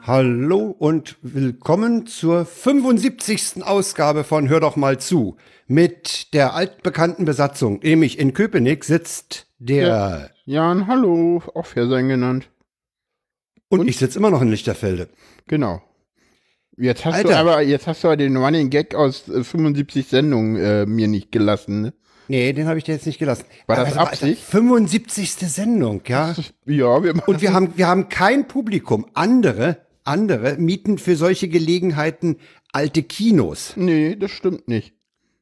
Hallo und willkommen zur 75. Ausgabe von Hör doch mal zu. Mit der altbekannten Besatzung, nämlich in Köpenick sitzt der... Jan, hallo, auch Fersein genannt. Und ich sitze immer noch in Lichterfelde. Genau. Jetzt hast du aber den Running Gag aus 75 Sendungen mir nicht gelassen, ne? Nee, den habe ich dir jetzt nicht gelassen. War das Absicht? 75. Sendung, ja. Ja, Und wir haben kein Publikum. Andere mieten für solche Gelegenheiten alte Kinos. Nee, das stimmt nicht.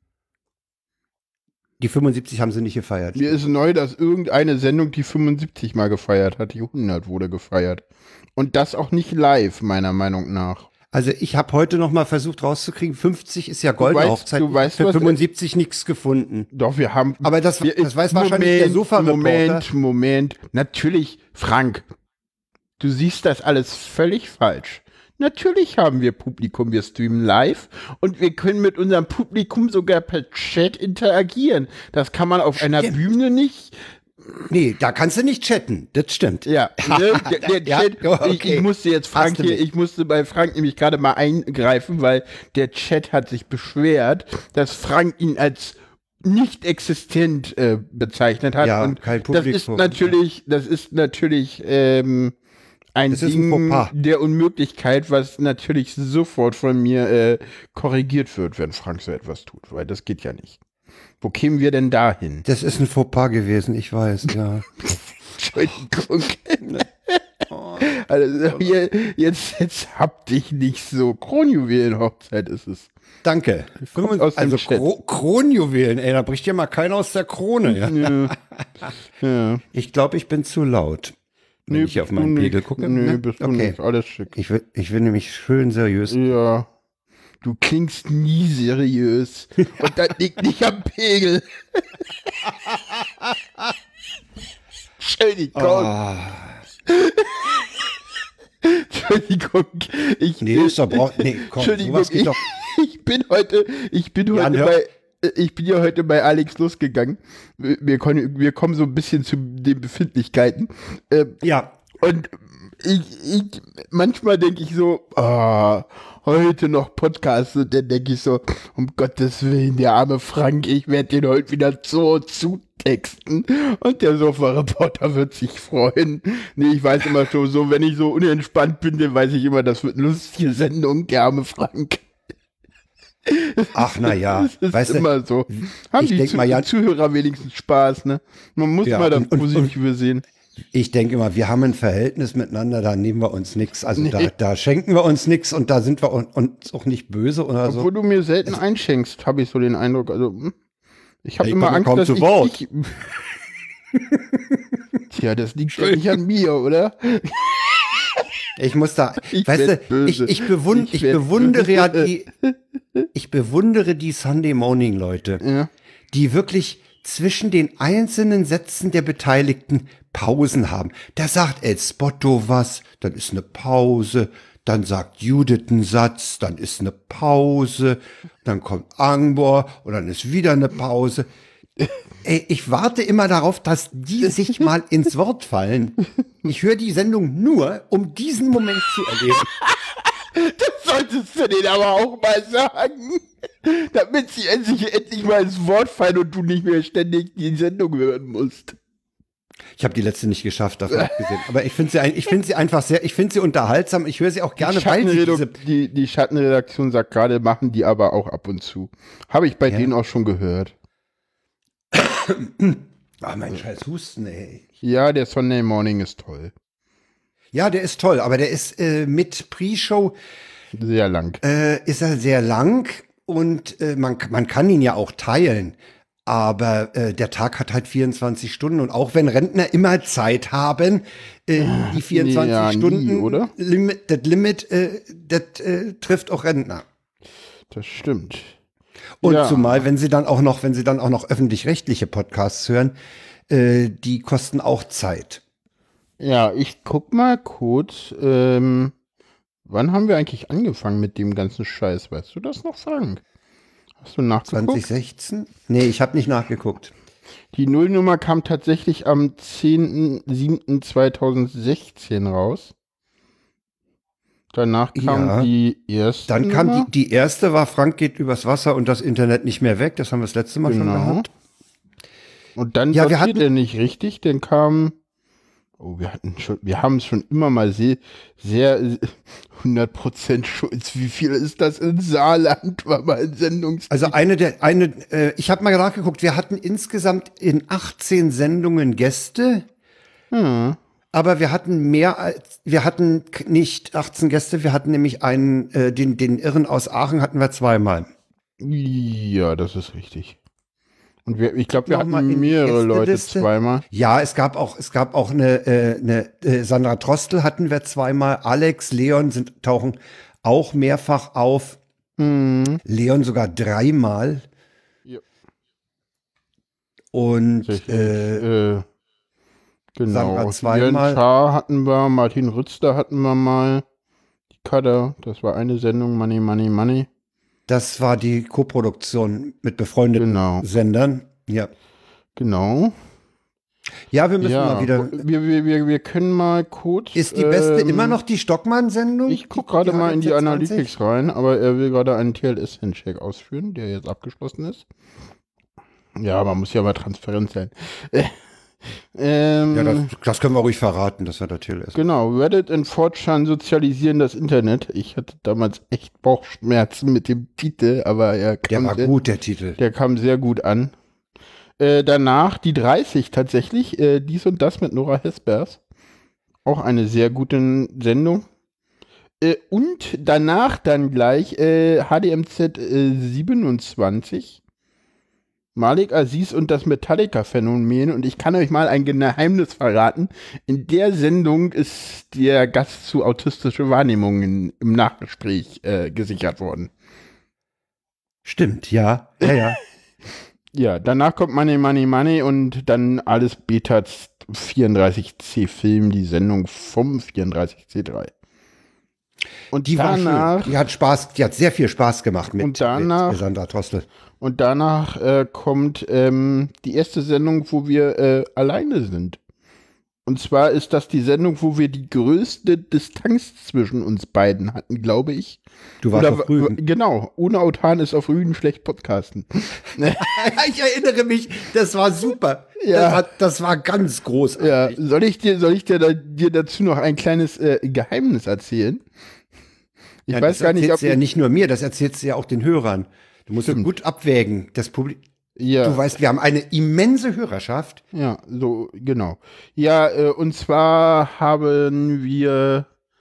Die 75 haben sie nicht gefeiert. Mir ist neu, dass irgendeine Sendung die 75 mal gefeiert hat. Die 100 wurde gefeiert. Und das auch nicht live, meiner Meinung nach. Also ich habe heute noch mal versucht rauszukriegen, 50 ist ja goldene Hochzeit. Du weißt, für 75 nichts gefunden. Doch, wir haben... Aber das weiß wahrscheinlich der Sofa-Reporter. Moment. Natürlich, Frank, du siehst das alles völlig falsch. Natürlich haben wir Publikum, wir streamen live und wir können mit unserem Publikum sogar per Chat interagieren. Das kann man auf einer Bühne nicht. Nee, da kannst du nicht chatten, das stimmt. Ja, ne? der Chat, okay. Ich musste jetzt Frank hier, ich musste bei Frank nämlich gerade mal eingreifen, weil der Chat hat sich beschwert, dass Frank ihn als nicht existent bezeichnet hat. Ja, und kein Publikum. Das ist natürlich ein Ding der Unmöglichkeit, was natürlich sofort von mir korrigiert wird, wenn Frank so etwas tut, weil das geht ja nicht. Wo kämen wir denn dahin? Das ist ein Fauxpas gewesen, ich weiß, ja. Entschuldigung. Also jetzt hab dich nicht so. Kronjuwelenhochzeit ist es. Danke. Also Kronjuwelen, ey, da bricht ja mal keiner aus der Krone. Ja. Ja. Ich glaube, ich bin zu laut. Wenn ich auf meinen Pegel gucke. Nee, bist du nicht. Alles schick. Ich will nämlich schön seriös. Ja. Du klingst nie seriös. Und das liegt nicht am Pegel. Entschuldigung. Oh. Entschuldigung. Ich bin ja heute bei Alex losgegangen. Wir kommen so ein bisschen zu den Befindlichkeiten. Ja. Und ich manchmal denke ich so, heute noch Podcast, und dann denke ich so, um Gottes Willen, der arme Frank, ich werde den heute wieder so zutexten und der Sofa-Reporter wird sich freuen. Nee, ich weiß immer schon so, wenn ich so unentspannt bin, dann weiß ich immer, das wird eine lustige Sendung, der arme Frank. Ach, naja, das ist immer so. Haben die Zuhörer wenigstens Spaß, ne? Man muss mal das Positive sehen. Ich denke immer, wir haben ein Verhältnis miteinander, da nehmen wir uns nichts. Also da schenken wir uns nichts und da sind wir uns auch nicht böse oder so. Obwohl du mir selten einschenkst, habe ich so den Eindruck. Also ich habe immer Angst, dass ich Tja, das liegt ja nicht an mir, oder? Ich muss da, ich bewundere die Sunday Morning Leute, ja, die wirklich zwischen den einzelnen Sätzen der Beteiligten Pausen haben. Da sagt El Spotto was, dann ist eine Pause, dann sagt Judith einen Satz, dann ist eine Pause, dann kommt Angbor und dann ist wieder eine Pause. Ey, ich warte immer darauf, dass die sich mal ins Wort fallen. Ich höre die Sendung nur, um diesen Moment zu erleben. Das solltest du denen aber auch mal sagen. Damit sie sich endlich mal ins Wort fallen und du nicht mehr ständig die Sendung hören musst. Ich habe die letzte nicht geschafft, davon abgesehen. Aber ich finde sie einfach ich finde sie unterhaltsam. Ich höre sie auch gerne, die Schattenredaktion sagt gerade, machen die aber auch ab und zu. Habe ich bei denen auch schon gehört. Mein scheiß Husten, ey. Ja, der Sunday Morning ist toll. Ja, der ist toll, aber der ist mit Pre-Show sehr lang. Ist er sehr lang und man kann ihn ja auch teilen. Aber der Tag hat halt 24 Stunden und auch wenn Rentner immer Zeit haben, die 24 Stunden nie, oder? Limit, das trifft auch Rentner. Das stimmt. Und zumal, wenn sie dann auch noch öffentlich-rechtliche Podcasts hören, die kosten auch Zeit. Ja, ich guck mal kurz, wann haben wir eigentlich angefangen mit dem ganzen Scheiß? Weißt du das noch, Frank? Hast du nachgeguckt? 2016? Nee, ich habe nicht nachgeguckt. Die Nullnummer kam tatsächlich am 10.07.2016 raus. Danach kam Ja. die erste. Dann kam Nummer. die erste war Frank geht übers Wasser und das Internet nicht mehr weg. Das haben wir das letzte Mal schon Genau. gehabt. Und dann Ja, wir sortiert hatten- er nicht richtig, dann kam, wir haben es schon immer mal sehr 100% Schulz. Wie viel ist das in Saarland? War mal ein Also ich habe mal nachgeguckt, wir hatten insgesamt in 18 Sendungen Gäste, aber wir hatten nicht 18 Gäste, wir hatten nämlich den Irren aus Aachen hatten wir zweimal. Ja, das ist richtig. Und ich glaube, wir Nochmal hatten in die mehrere Leute Gästeliste. zweimal. Ja, es gab auch eine Sandra Trostel hatten wir zweimal, Alex, Leon tauchen auch mehrfach auf, Leon sogar dreimal. Ja. Und Richtig. Sandra Genau. zweimal. Jörn Schaar hatten wir, Martin Rützler hatten wir mal. Die Kader, das war eine Sendung, Money, Money, Money. das war die Koproduktion mit befreundeten Genau. Sendern. Ja. Genau. Ja, wir müssen Ja, mal wieder. wir können mal kurz. Ist die beste immer noch die Stockmann-Sendung? Ich gucke gerade mal in die HDZ20? Analytics rein, aber er will gerade einen TLS-Handshake ausführen, der jetzt abgeschlossen ist. Ja, man muss ja mal transparent sein. Ja, das können wir ruhig verraten, dass wir da TLS. Genau, Reddit und 4chan sozialisieren das Internet. Ich hatte damals echt Bauchschmerzen mit dem Titel, aber Der war gut, der Titel. Der kam sehr gut an. Danach die 30 tatsächlich, dies und das mit Nora Hespers. Auch eine sehr gute Sendung. Und danach dann gleich HDMZ 27. Malik Aziz und das Metallica-Phänomen. Und ich kann euch mal ein Geheimnis verraten. In der Sendung ist der Gast zu autistische Wahrnehmungen im Nachgespräch gesichert worden. Stimmt, ja. Ja. Ja, danach kommt Money, Money, Money und dann alles Beta 34C Film, die Sendung vom 34C3. Und Die war danach, schön. Die hat sehr viel Spaß gemacht Und danach- mit Sandra Trostel. und danach kommt die erste Sendung, wo wir alleine sind. Und zwar ist das die Sendung, wo wir die größte Distanz zwischen uns beiden hatten, glaube ich. Du warst auf Rügen. Genau, ohne Autan ist auf Rügen schlecht podcasten. Ich erinnere mich, das war super. Ja. Das war ganz großartig. Ja, soll ich dir dazu noch ein kleines Geheimnis erzählen? Ich Ja, weiß das gar nicht, ob erzählst du ja nicht nur mir, das erzählst du ja auch den Hörern. Du musst Stimmt. gut abwägen. Das Publikum. ja, Du weißt, wir haben eine immense Hörerschaft. ja, so genau. Ja, und zwar haben wir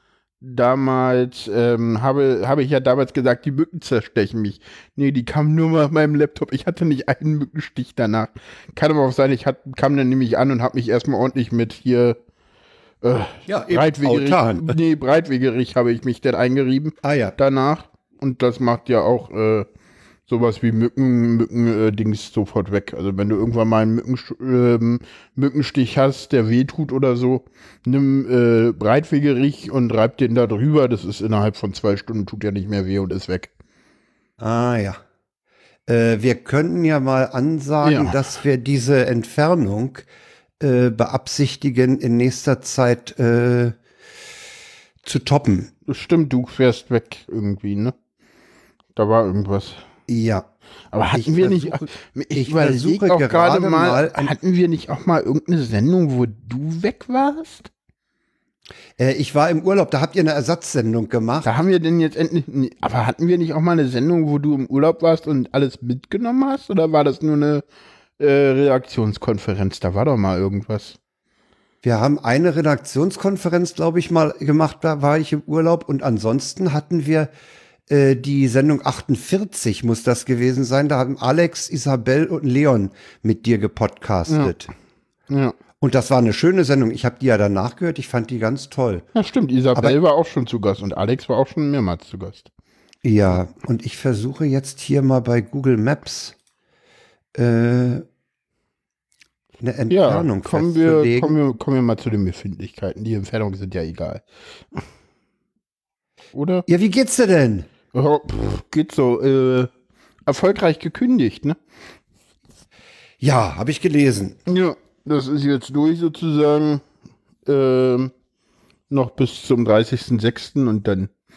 damals habe ich ja damals gesagt, die Mücken zerstechen mich. Nee, die kamen nur mal auf meinem Laptop. Ich hatte nicht einen Mückenstich danach. Kann aber auch sein, kam dann nämlich an und habe mich erstmal ordentlich mit hier Ja, Breitwegerich habe ich mich dann eingerieben. Ah ja. Danach. Und das macht ja auch sowas wie Mücken-Dings sofort weg. Also wenn du irgendwann mal einen Mückenstich hast, der wehtut oder so, nimm Breitwegerich und reib den da drüber. Das ist innerhalb von 2 Stunden, tut ja nicht mehr weh und ist weg. Ah ja. Wir könnten ja mal ansagen, Ja. dass wir diese Entfernung beabsichtigen, in nächster Zeit zu toppen. Das stimmt, du fährst weg irgendwie, ne? Da war irgendwas. Ja. Aber hatten Ich wir nicht, versuche- ich ich überlege versuche auch gerade gerade mal, mal ein- hatten wir nicht auch mal irgendeine Sendung, wo du weg warst? Ich war im Urlaub, da habt ihr eine Ersatzsendung gemacht. Da haben wir denn jetzt endlich, aber hatten wir nicht auch mal eine Sendung, wo du im Urlaub warst und alles mitgenommen hast? Oder war das nur eine Redaktionskonferenz? Da war doch mal irgendwas. Wir haben eine Redaktionskonferenz, glaube ich, mal gemacht, da war ich im Urlaub und ansonsten hatten wir die Sendung 48, muss das gewesen sein. Da haben Alex, Isabel und Leon mit dir gepodcastet. Ja. Und das war eine schöne Sendung. Ich habe die ja danach gehört, ich fand die ganz toll. Ja, stimmt. Isabel war auch schon zu Gast und Alex war auch schon mehrmals zu Gast. Ja, und ich versuche jetzt hier mal bei Google Maps eine Ja, Entfernung kommen wir mal zu den Befindlichkeiten. Die Entfernungen sind ja egal. Oder? Ja, wie geht's dir denn? Oh, geht so. Erfolgreich gekündigt, ne? Ja, habe ich gelesen. Ja, das ist jetzt durch sozusagen. Noch bis zum 30.06. und dann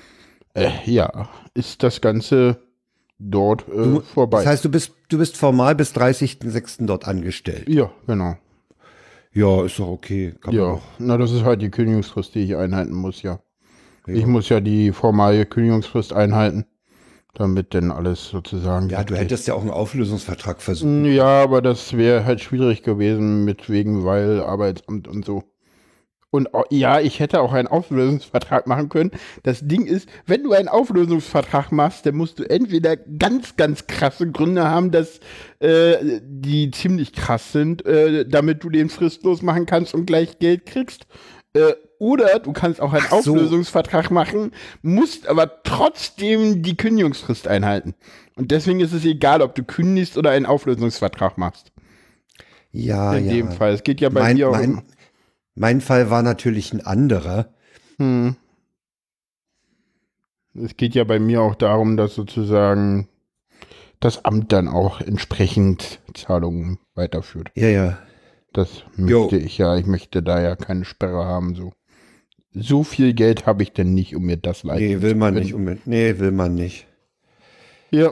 Ja, ist das Ganze dort vorbei. Das heißt, du bist formal bis 30.06. dort angestellt. Ja, genau. Ja, ist doch okay. Kann man Ja, doch. na, das ist halt die Kündigungsfrist, die ich einhalten muss, ja. Ja. Ich muss ja die formale Kündigungsfrist einhalten, damit denn alles sozusagen. Ja, du hättest ja auch einen Auflösungsvertrag versucht. Ja, aber das wäre halt schwierig gewesen mit wegen, weil Arbeitsamt und so. Und ja, ich hätte auch einen Auflösungsvertrag machen können. Das Ding ist, wenn du einen Auflösungsvertrag machst, dann musst du entweder ganz, ganz krasse Gründe haben, dass die ziemlich krass sind, damit du den fristlos machen kannst und gleich Geld kriegst. Oder du kannst auch einen Ach so. Auflösungsvertrag machen, musst aber trotzdem die Kündigungsfrist einhalten. Und deswegen ist es egal, ob du kündigst oder einen Auflösungsvertrag machst. Ja, In ja. dem Fall. Es geht ja bei mir auch. Mein Fall war natürlich ein anderer. Es geht ja bei mir auch darum, dass sozusagen das Amt dann auch entsprechend Zahlungen weiterführt. Ja, ja. Das möchte ich ja. Ich möchte da ja keine Sperre haben. So viel Geld habe ich denn nicht, um mir das leisten Nee, will man zu nicht. können. Nee, will man nicht. Ja.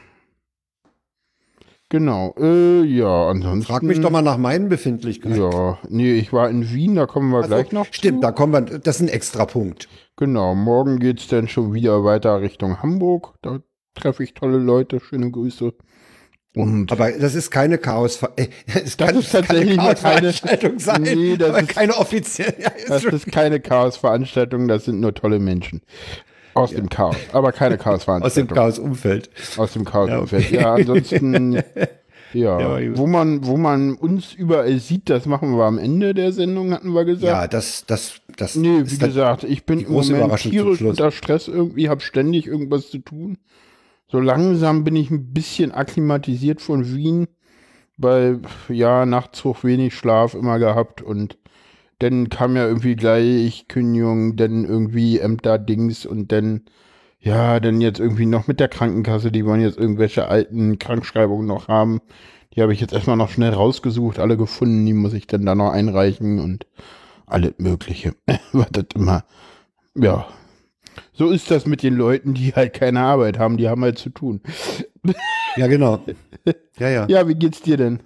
Genau. Ja, ansonsten. Frag mich doch mal nach meinen Befindlichkeiten. Ja, nee, ich war in Wien, da kommen wir gleich noch. Stimmt, da kommen wir, das ist ein Extrapunkt. Genau, morgen geht's dann schon wieder weiter Richtung Hamburg. Da treffe ich tolle Leute, schöne Grüße. Und Aber das ist keine es kann ist tatsächlich keine mal keine- Chaosveranstaltung sein, Nee, das aber ist- keine offizielle. Ja, ist das schon- ist keine Chaosveranstaltung, das sind nur tolle Menschen. Aus dem Chaos, aber keine aus dem Chaosveranstaltung. Chaosumfeld. Aus dem Chaos-Umfeld. okay. Ja, ansonsten, Ja, wo man uns überall sieht, das machen wir am Ende der Sendung, hatten wir gesagt. Ja, das Nee, wie ist dann gesagt, ich bin die im große Moment Überraschung zum tierisch Schluss. unter Stress irgendwie, habe ständig irgendwas zu tun. So langsam bin ich ein bisschen akklimatisiert von Wien, weil, ja, nachts hoch wenig Schlaf immer gehabt und dann kam ja irgendwie gleich Kündigung, dann irgendwie Ämter-Dings und dann, ja, dann jetzt irgendwie noch mit der Krankenkasse, die wollen jetzt irgendwelche alten Krankschreibungen noch haben. Die habe ich jetzt erstmal noch schnell rausgesucht, alle gefunden, die muss ich dann da noch einreichen und alles Mögliche. Was das immer, ja. So ist das mit den Leuten, die halt keine Arbeit haben, die haben halt zu tun. Ja, genau. Ja. Ja, wie geht's dir denn?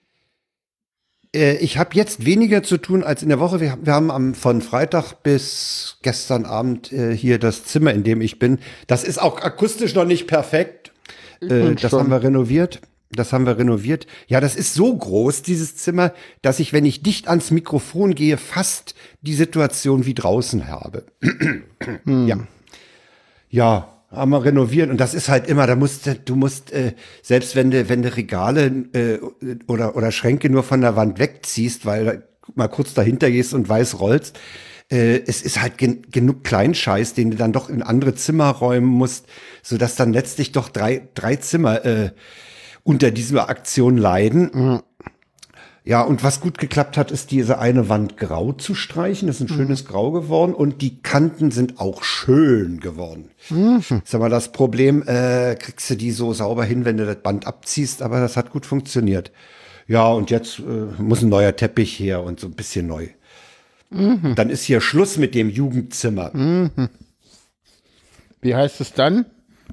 Ich habe jetzt weniger zu tun als in der Woche. Wir haben von Freitag bis gestern Abend hier das Zimmer, in dem ich bin. Das ist auch akustisch noch nicht perfekt. Das haben wir renoviert. Ja, das ist so groß, dieses Zimmer, dass ich, wenn ich dicht ans Mikrofon gehe, fast die Situation wie draußen habe. Ja. Ja, haben wir renoviert und das ist halt immer, du musst selbst wenn du Regale oder Schränke nur von der Wand wegziehst, weil du mal kurz dahinter gehst und weiß rollst, es ist halt genug Kleinscheiß, den du dann doch in andere Zimmer räumen musst, sodass dann letztlich doch drei Zimmer unter dieser Aktion leiden. Mhm. Ja, und was gut geklappt hat, ist diese eine Wand grau zu streichen. Das ist ein schönes Grau geworden und die Kanten sind auch schön geworden. Sag mal, das Problem, kriegst du die so sauber hin, wenn du das Band abziehst, aber das hat gut funktioniert. Ja, und jetzt muss ein neuer Teppich her und so ein bisschen neu. Dann ist hier Schluss mit dem Jugendzimmer. Wie heißt es dann?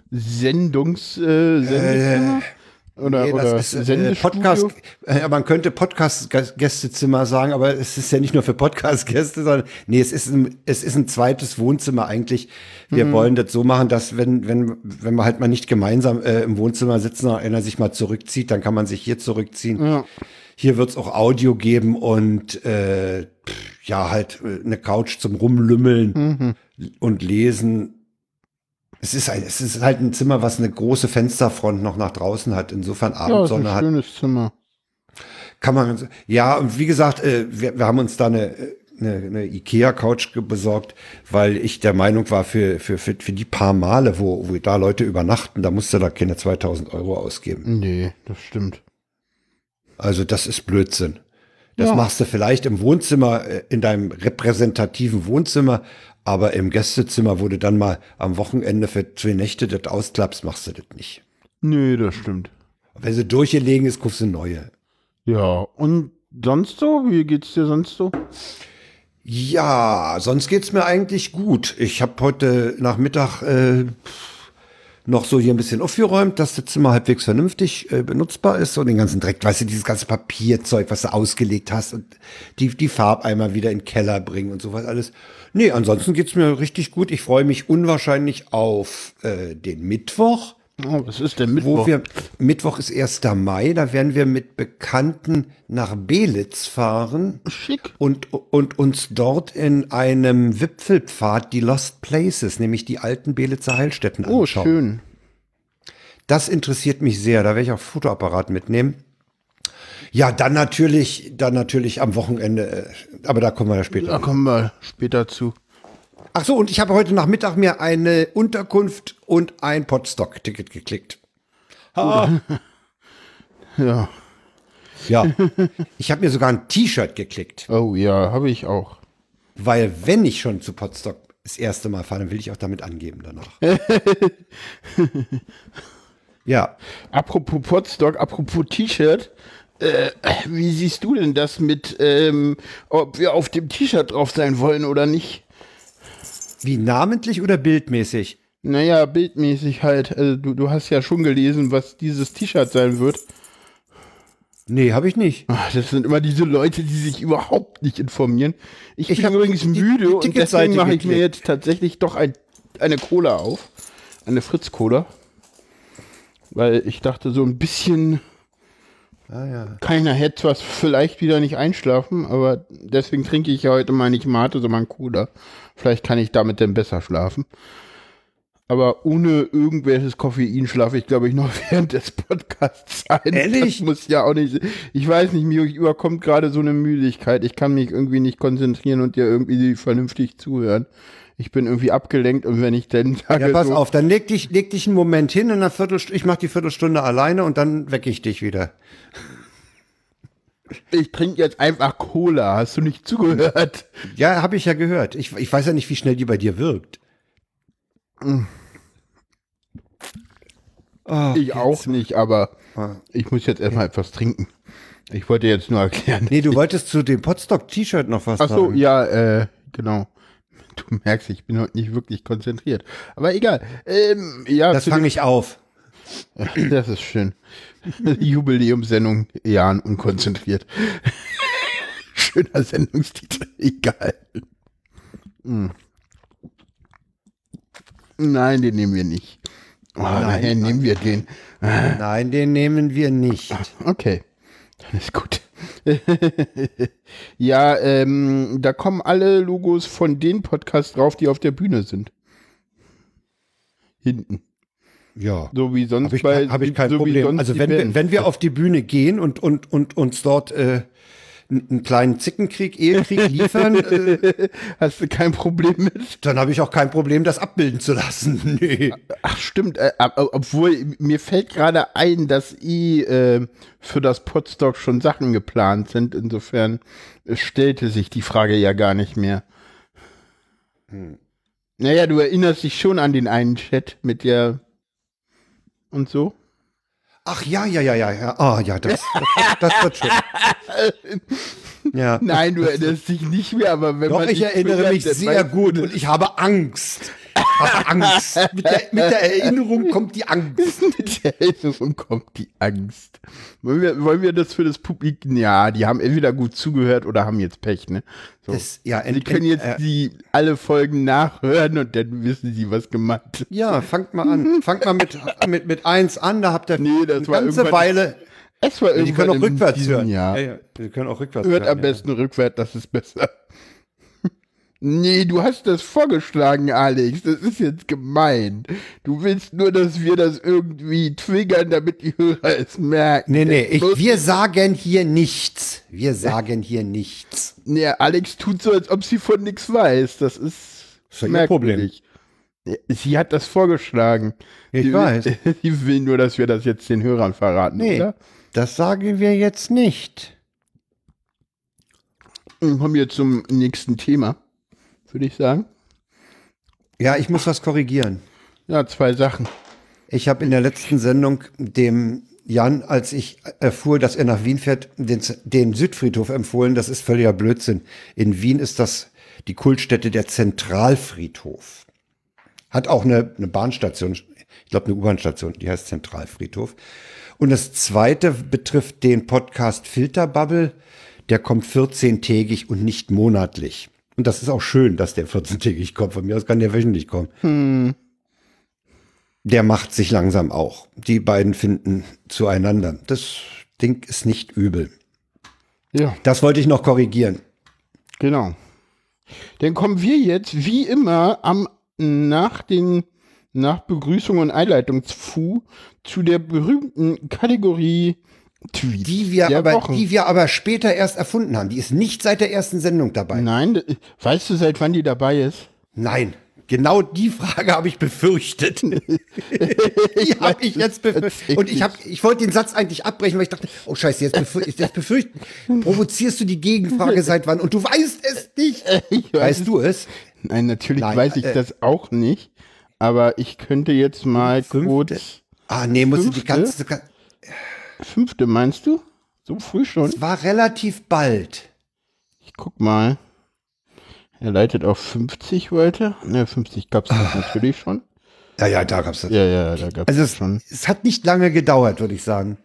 Sendezimmer? Oder das ist Sendestudio? Podcast. Man könnte Podcast-Gästezimmer sagen, aber es ist ja nicht nur für Podcast-Gäste, sondern nee, es ist ein zweites Wohnzimmer eigentlich. Wir wollen das so machen, dass wenn wir halt mal nicht gemeinsam im Wohnzimmer sitzen, und einer sich mal zurückzieht, dann kann man sich hier zurückziehen. Ja. Hier wird's auch Audio geben und ja, halt eine Couch zum Rumlümmeln und lesen. Es ist halt ein Zimmer, was eine große Fensterfront noch nach draußen hat. Insofern Abendsonne hat. Ja, ein schönes Zimmer. Kann man, ja, und wie gesagt, wir haben uns da eine Ikea-Couch besorgt, weil ich der Meinung war, für die paar Male, wo da Leute übernachten, da musst du da keine 2.000 Euro ausgeben. Nee, das stimmt. Also das ist Blödsinn. Das machst du vielleicht im Wohnzimmer, in deinem repräsentativen Wohnzimmer, aber im Gästezimmer, wo du dann mal am Wochenende für 2 Nächte das ausklappst, machst du das nicht. Nee, das stimmt. Wenn sie durchgelegen ist, kaufst du neue. Ja, und sonst so? Wie geht's dir sonst so? Ja, sonst geht's mir eigentlich gut. Ich habe heute Nachmittag noch so hier ein bisschen aufgeräumt, dass das Zimmer halbwegs vernünftig benutzbar ist und den ganzen Dreck, weißt du, dieses ganze Papierzeug, was du ausgelegt hast und die Farbeimer wieder in den Keller bringen und sowas alles. Nee, ansonsten geht's mir richtig gut. Ich freue mich unwahrscheinlich auf den Mittwoch. Oh, was ist denn Mittwoch? Mittwoch ist 1. Mai, da werden wir mit Bekannten nach Belitz fahren. Schick. Und uns dort in einem Wipfelpfad die Lost Places, nämlich die alten Belitzer Heilstätten anschauen. Oh, schön. Das interessiert mich sehr, da werde ich auch Fotoapparat mitnehmen. Ja, dann natürlich am Wochenende, aber da kommen wir ja später. Da kommen wir später zu. Ach so, und ich habe heute Nachmittag mir eine Unterkunft und ein Podstock-Ticket geklickt. Ja. Ja, ich habe mir sogar ein T-Shirt geklickt, Oh ja, habe ich auch. weil wenn ich schon zu Podstock das erste Mal fahre, dann will ich auch damit angeben danach. Ja, Apropos Podstock, apropos T-Shirt, wie siehst du denn das mit, ob wir auf dem T-Shirt drauf sein wollen oder nicht? wie namentlich oder bildmäßig? Naja, bildmäßig halt. Also du hast ja schon gelesen, was dieses T-Shirt sein wird. Nee, habe ich nicht. Ach, das sind immer diese Leute, die sich überhaupt nicht informieren. Ich bin hab übrigens die müde und Ticketseite deswegen mache ich mir geklickt. jetzt tatsächlich doch eine Cola auf. Eine Fritz-Cola. Weil ich dachte, so ein bisschen keiner hätte zwar vielleicht wieder nicht einschlafen, aber deswegen trinke ich ja heute mal nicht Mate, sondern Cola. Vielleicht kann ich damit dann besser schlafen. Aber ohne irgendwelches Koffein schlafe ich, glaube ich, noch während des Podcasts ein. Ehrlich? Das muss ja auch nicht. Ich weiß nicht, mir überkommt gerade so eine Müdigkeit. Ich kann mich irgendwie nicht konzentrieren und dir irgendwie vernünftig zuhören. Ich bin irgendwie abgelenkt und wenn ich dann sage. Ja, pass so, auf, dann leg dich einen Moment hin in einer Viertelstunde. Ich mache die Viertelstunde alleine und dann wecke ich dich wieder. ich trinke jetzt einfach Cola. Hast du nicht zugehört? Ja, habe ich ja gehört. Ich weiß ja nicht, wie schnell die bei dir wirkt. Oh, Ich auch nicht, aber Ah. ich muss jetzt erstmal etwas trinken. Ich wollte jetzt nur erklären. Nee, du wolltest zu dem Podstock-T-Shirt noch was Ach so, sagen. ja, genau. Du merkst, ich bin heute nicht wirklich konzentriert. Aber egal. Ja, Das fange ich auf. das ist schön. Jubiläumssendung, Jan unkonzentriert. Schöner Sendungstitel, egal. Nein, den nehmen wir nicht. Oh, nachher nehmen wir den. Nein, den nehmen wir nicht. Okay, dann ist gut. Ja, da kommen alle Logos von den Podcasts drauf, die auf der Bühne sind. Hinten. Ja. So wie sonst Hab ich kein so wie Problem. sonst Also die wenn Bands. wir auf die Bühne gehen und uns dort einen kleinen Zickenkrieg, Ehekrieg liefern, Hast du kein Problem mit? dann habe ich auch kein Problem, das abbilden zu lassen. Nee. Ach stimmt, obwohl mir fällt gerade ein, dass für das Podstock schon Sachen geplant sind. Insofern stellte sich die Frage ja gar nicht mehr. Naja, du erinnerst dich schon an den einen Chat mit der und so. Ach ja. Ah ja, das wird schön. Ja. Nein, du erinnerst dich nicht mehr, aber wenn Doch, man ich dich erinnere triggert, mich dann sehr weißt du gut das. und ich habe Angst. Mit der Erinnerung kommt die Angst. Mit der Erinnerung kommt die Angst. Wollen wir das für das Publikum? Ja, die haben entweder gut zugehört oder haben jetzt Pech, ne? So. Die können jetzt alle Folgen nachhören und dann wissen sie, was gemeint ist. Ja, fangt mal an. Fangt mal mit 1 an, da habt ihr Nee, das eine war ganze irgendwann- Weile. Es war Die können auch irgendwann in rückwärts diesem hören. Jahr. Ja, die können auch rückwärts Hört hören. am besten rückwärts, das ist besser. Nee, du hast das vorgeschlagen, Alex. Das ist jetzt gemein. Du willst nur, dass wir das irgendwie triggern, damit die Hörer es merken. Nee, wir sagen hier nichts. Wir sagen hier nichts. Nee, Alex tut so, als ob sie von nichts weiß. Das ist ja ihr Problem. merkwürdig. Sie hat das vorgeschlagen. Ich Sie weiß. Sie will nur, dass wir das jetzt den Hörern verraten, Nee, oder? das sagen wir jetzt nicht. Kommen wir zum nächsten Thema, würde ich sagen. Ja, ich muss was korrigieren. Ja, 2 Sachen. Ich habe in der letzten Sendung dem Jan, als ich erfuhr, dass er nach Wien fährt, den Südfriedhof empfohlen. Das ist völliger Blödsinn. In Wien ist das die Kultstätte der Zentralfriedhof. Hat auch eine Bahnstation, ich glaube eine U-Bahn-Station, die heißt Zentralfriedhof. Und das zweite betrifft den Podcast Filterbubble. Der kommt 14-tägig und nicht monatlich. Und das ist auch schön, dass der 14-tägig kommt. Von mir aus kann der wöchentlich kommen. Der macht sich langsam auch. Die beiden finden zueinander. Das Ding ist nicht übel. Ja. Das wollte ich noch korrigieren. Genau. Dann kommen wir jetzt, wie immer, nach Begrüßung und Einleitungsfu zu der berühmten Kategorie Tweets Die der Wochen. wir aber später erst erfunden haben. Die ist nicht seit der ersten Sendung dabei. Nein, weißt du, seit wann die dabei ist? Nein. Genau die Frage habe ich befürchtet. Die habe ich jetzt befürchtet. Und ich wollte den Satz eigentlich abbrechen, weil ich dachte, oh Scheiße, jetzt befürchten. Provozierst du die Gegenfrage seit wann? Und du weißt es nicht. Weißt du es? Nein, natürlich weiß ich das auch nicht. Aber ich könnte jetzt mal kurz. Ah, nee, musst du die ganze. Fünfte, meinst du? So früh schon? Es war relativ bald. Ich guck mal. Er leitet auf 50 weiter. Ne, 50 gab es natürlich schon. Ja, da gab es das. Ja, da gab es schon. Es hat nicht lange gedauert, würde ich sagen,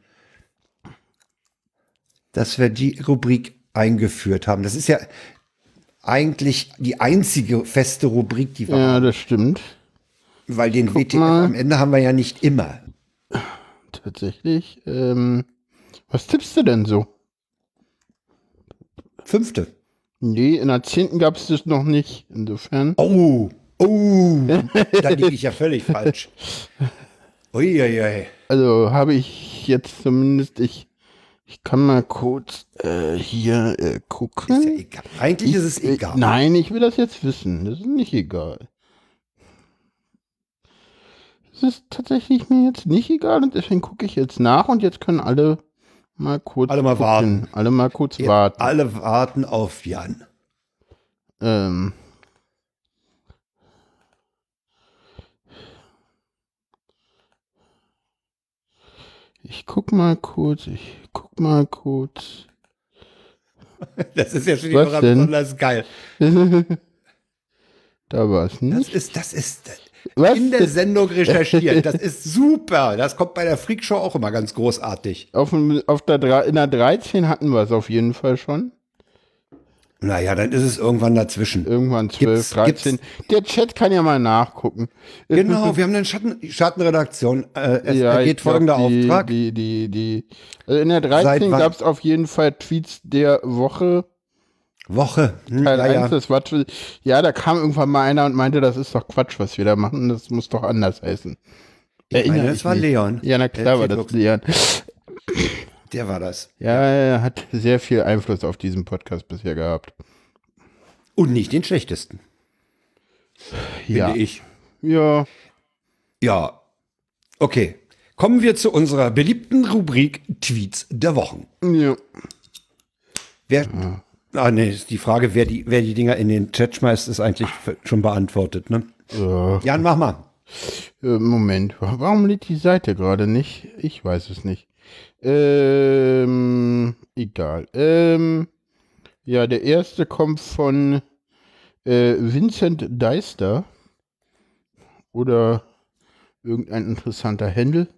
dass wir die Rubrik eingeführt haben. Das ist ja eigentlich die einzige feste Rubrik, die wir haben. Ja, das stimmt. Weil den WTF am Ende haben wir ja nicht immer. Tatsächlich. Was tippst du denn so? 5. Nee, in der 10. gab es das noch nicht. Insofern. Oh, da liege ich ja völlig falsch. Uiuiui. Also habe ich jetzt zumindest, ich kann mal kurz hier gucken. Ist ja egal. Eigentlich ist es egal. Nein, ich will das jetzt wissen. Das ist nicht egal. Es ist tatsächlich mir jetzt nicht egal und deswegen gucke ich jetzt nach und jetzt können alle mal kurz warten. Alle mal kurz warten. Alle warten auf Jan. Ich guck mal kurz. Das ist ja für die Was Hörer denn? besonders geil. Da war es nicht. Das ist Was? in der Sendung recherchiert. Das ist super. Das kommt bei der Freakshow auch immer ganz großartig. In der 13 hatten wir es auf jeden Fall schon. Naja, dann ist es irgendwann dazwischen. Irgendwann 12, 13. Der Chat kann ja mal nachgucken. Genau, wir haben eine Schattenredaktion. Ja, geht folgender Auftrag. Also in der 13 gab es auf jeden Fall Tweets der Woche. Teil 1, das war, ja, da kam irgendwann mal einer und meinte, das ist doch Quatsch, was wir da machen. Das muss doch anders heißen. Das war Leon. Ja, na klar war das Leon. Der war das. Ja, er hat sehr viel Einfluss auf diesen Podcast bisher gehabt. Und nicht den schlechtesten. Finde ich. Ja. Ja. Okay. Kommen wir zu unserer beliebten Rubrik Tweets der Wochen. Ja. Die Frage, wer die Dinger in den Chat schmeißt, ist eigentlich schon beantwortet, ne? Jan, mach mal. Moment, warum lädt die Seite gerade nicht? Ich weiß es nicht. Egal. Ja, der erste kommt von Vincent Deister oder irgendein interessanter Händel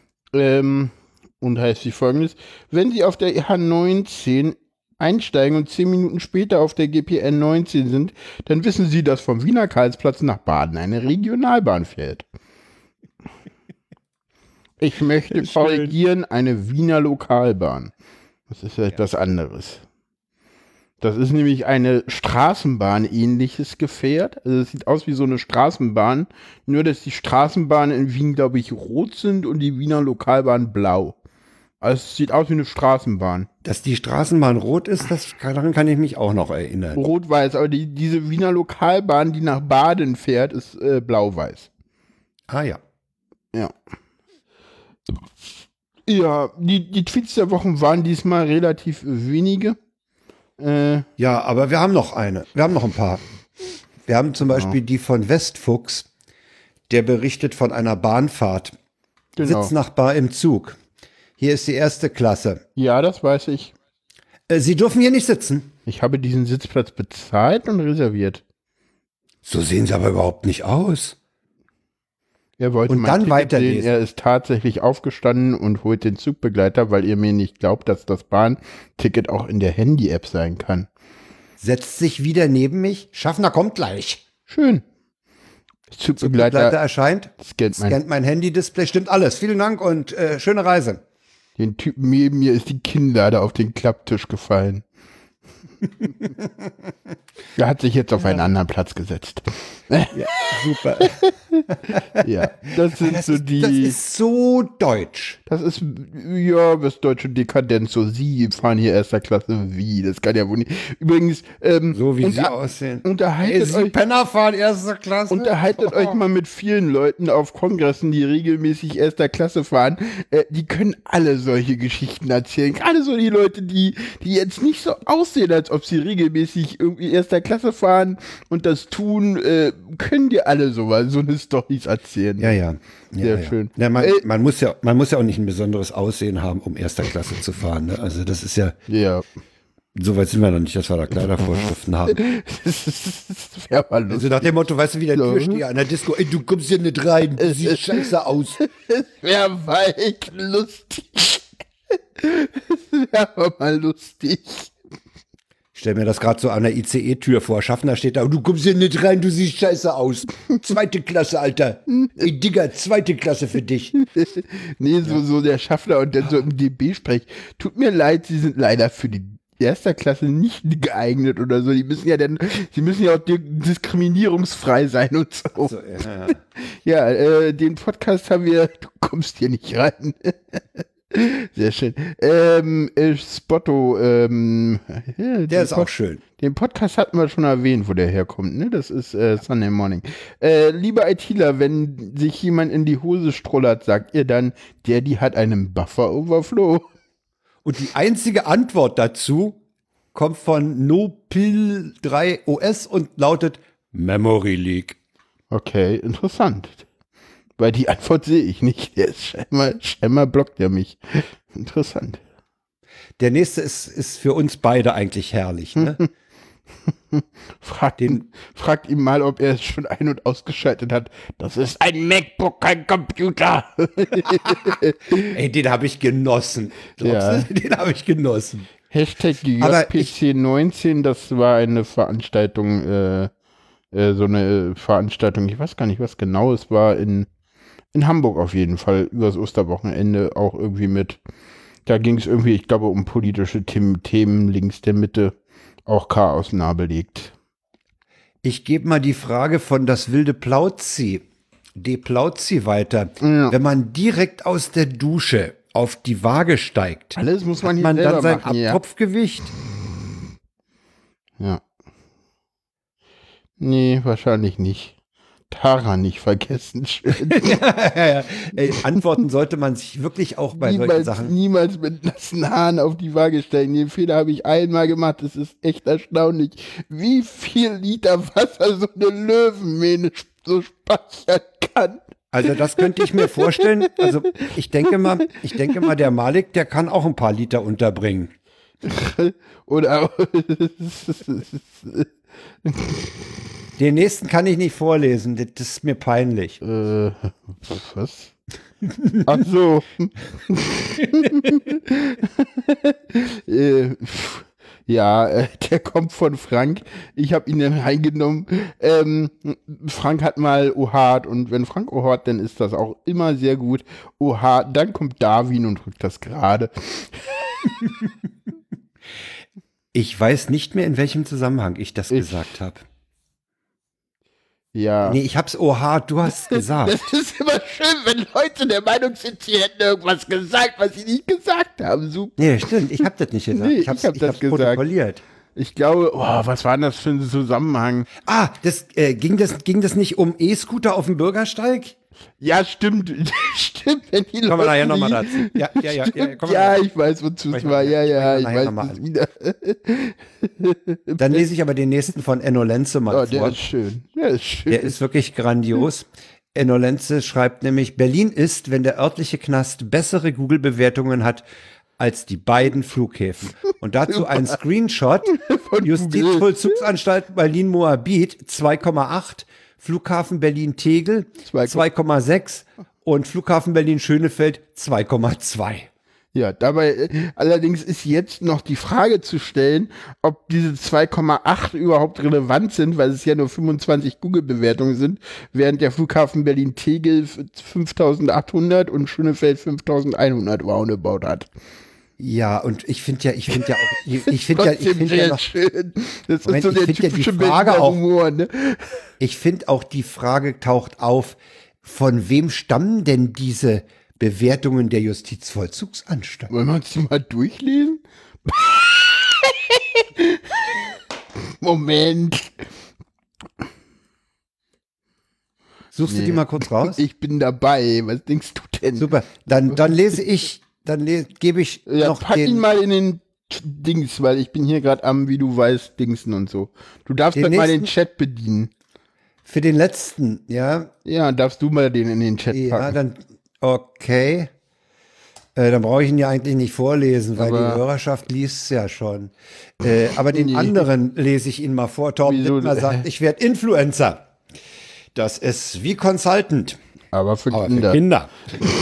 und heißt wie folgendes: Wenn Sie auf der H19 einsteigen und 10 Minuten später auf der GPN 19 sind, dann wissen Sie, dass vom Wiener Karlsplatz nach Baden eine Regionalbahn fährt. Ich möchte korrigieren, eine Wiener Lokalbahn. Das ist etwas anderes. Das ist nämlich eine Straßenbahn-ähnliches Gefährt. Also es sieht aus wie so eine Straßenbahn, nur dass die Straßenbahnen in Wien, glaube ich, rot sind und die Wiener Lokalbahn blau. Also es sieht aus wie eine Straßenbahn. Dass die Straßenbahn rot ist, daran kann ich mich auch noch erinnern. Rot-weiß, aber diese Wiener Lokalbahn, die nach Baden fährt, ist blau-weiß. Ah ja. Ja. Ja, die Tweets der Wochen waren diesmal relativ wenige. Ja, aber wir haben noch eine. Wir haben noch ein paar. Wir haben zum Beispiel die von Westfuchs, der berichtet von einer Bahnfahrt. Genau. Sitznachbar im Zug. Hier ist die erste Klasse. Ja, das weiß ich. Sie dürfen hier nicht sitzen. Ich habe diesen Sitzplatz bezahlt und reserviert. So sehen Sie aber überhaupt nicht aus. Er wollte Und mein dann Ticket weiterlesen. sehen. Er ist tatsächlich aufgestanden und holt den Zugbegleiter, weil ihr mir nicht glaubt, dass das Bahnticket auch in der Handy-App sein kann. Setzt sich wieder neben mich. Schaffner kommt gleich. Schön. Zugbegleiter Zugbegleiter erscheint. Scannt mein Handy-Display. Stimmt alles. Vielen Dank und schöne Reise. Den Typen neben mir ist die Kinnlade auf den Klapptisch gefallen. Er hat sich jetzt auf einen anderen Platz gesetzt. Ja, super. Ja, das sind Das so ist, die. das ist so deutsch. Das ist, ja, das deutsche Dekadenz. So, Sie fahren hier erster Klasse wie. Das kann ja wohl nicht. Übrigens, So wie Sie aussehen. unterhaltet Sie euch. Penner fahren erster Klasse. Unterhaltet euch mal mit vielen Leuten auf Kongressen, die regelmäßig erster Klasse fahren. Die können alle solche Geschichten erzählen. Gerade so die Leute, die jetzt nicht so aussehen, als ob sie regelmäßig irgendwie erster Klasse fahren und das tun, können dir alle so eine Storys erzählen. Ja. Sehr schön. Ja, man muss ja auch nicht ein besonderes Aussehen haben, um erster Klasse zu fahren. Ne? Also das ist ja, Ja. so weit sind wir noch nicht, dass wir da Kleidervorschriften haben. Das wäre mal lustig. Also nach dem Motto, weißt du, wie der Türsteher an der Disco, ey, du kommst hier nicht rein, du siehst scheiße aus. Wäre weit lustig. Das wäre aber mal lustig. Ich stell mir das gerade so an der ICE-Tür vor. Schaffner steht da, du kommst hier nicht rein, du siehst scheiße aus. Zweite Klasse, Alter. Ey, Digga, zweite Klasse für dich. Nee, so der Schaffner und dann so im DB spricht. Tut mir leid, Sie sind leider für die erster Klasse nicht geeignet oder so. Sie müssen ja auch diskriminierungsfrei sein und so. So, ja. Ja, den Podcast haben wir, du kommst hier nicht rein. Sehr schön. Spotto, Der ist auch schön. Den Podcast hatten wir schon erwähnt, wo der herkommt, ne? Das ist Sunday Morning. Lieber ITler, wenn sich jemand in die Hose strollert, sagt ihr dann, die hat einen Buffer-Overflow. Und die einzige Antwort dazu kommt von Nopil3OS und lautet Memory Leak. Okay, interessant. Weil die Antwort sehe ich nicht. Der ist scheinbar blockt er mich. Interessant. Der nächste ist für uns beide eigentlich herrlich. Ne? Fragt ihn mal, ob er es schon ein- und ausgeschaltet hat. Das ist ein MacBook, kein Computer. Ey, den habe ich genossen. Ja. Den habe ich genossen. Hashtag Aber JPC19, das war eine Veranstaltung, so eine Veranstaltung, ich weiß gar nicht, was genau es war, in Hamburg auf jeden Fall, übers Osterwochenende auch irgendwie mit, da ging es irgendwie, ich glaube, um politische Themen links der Mitte, auch Chaos nah belegt. Ich gebe mal die Frage von das wilde Plauzi, weiter. Ja. Wenn man direkt aus der Dusche auf die Waage steigt, Alles muss man hat hier man selber dann sein machen, ja. Abtropfgewicht? Ja. Nee, wahrscheinlich nicht. Tara nicht vergessen. Schön. Ja. Ey, antworten sollte man sich wirklich auch bei solchen Sachen. Niemals mit nassen Haaren auf die Waage steigen. Den Fehler habe ich einmal gemacht. Es ist echt erstaunlich, wie viel Liter Wasser so eine Löwenmähne so speichern kann. Also das könnte ich mir vorstellen. Also ich denke mal, der Malik, der kann auch ein paar Liter unterbringen. Oder Den nächsten kann ich nicht vorlesen. Das ist mir peinlich. was? Ach so. Der kommt von Frank. Ich habe ihn dann reingenommen. Frank hat mal Ohart und wenn Frank Ohart, dann ist das auch immer sehr gut. Ohart, dann kommt Darwin und drückt das gerade. Ich weiß nicht mehr, in welchem Zusammenhang ich das gesagt habe. Ja. Nee, ich hab's hart, du hast gesagt. Das ist immer schön, wenn Leute der Meinung sind, sie hätten irgendwas gesagt, was sie nicht gesagt haben. Super. Nee, stimmt, ich hab das nicht gesagt. Nee, ich hab's ich hab das gesagt. protokolliert. Ich glaube, was war denn das für ein Zusammenhang? Ah, ging das nicht um E-Scooter auf dem Bürgersteig? Ja, stimmt. Stimmt, wenn die Kommen wir nachher nochmal Leute dazu. Ja, Ja, ich weiß, wozu es war. Ja, ich weiß es wieder. Dann lese ich aber den nächsten von Enno Lenze mal Oh, vor. der ist schön. Der ist wirklich grandios. Enno Lenze schreibt nämlich, Berlin ist, wenn der örtliche Knast bessere Google-Bewertungen hat als die beiden Flughäfen. Und dazu ein Screenshot. Justizvollzugsanstalt Berlin-Moabit 2,8, Flughafen Berlin-Tegel 2,6 und Flughafen Berlin-Schönefeld 2,2. Ja, dabei allerdings ist jetzt noch die Frage zu stellen, ob diese 2,8 überhaupt relevant sind, weil es ja nur 25 Google-Bewertungen sind, während der Flughafen Berlin-Tegel 5.800 und Schönefeld 5.100 roundabout hat. Ja, und ich finde ja noch, schön. Das Moment, ist so der ich find typische ja die Frage Berliner auch, Humor, ne? ich finde auch die Frage taucht auf, von wem stammen denn diese Bewertungen der Justizvollzugsanstalt? Wollen wir uns die mal durchlesen? Moment. Suchst du die mal kurz raus? Ich bin dabei. Was denkst du denn? Super, dann gebe ich Ja, noch pack ihn den, mal in den Dings, weil ich bin hier gerade am, wie du weißt, Dingsen und so. Du darfst Den halt mal den nächsten- Chat bedienen. für den letzten, ja, Ja, darfst du mal den in den Chat ja, packen. dann, okay. Dann brauche ich ihn ja eigentlich nicht vorlesen, weil Aber- die Hörerschaft liest es ja schon. Aber den Nee. anderen lese ich Ihnen mal vor. Torben Wieso? Dittmer sagt, ich werde Influencer. Das ist wie Consultant, Aber für aber Kinder. für Kinder.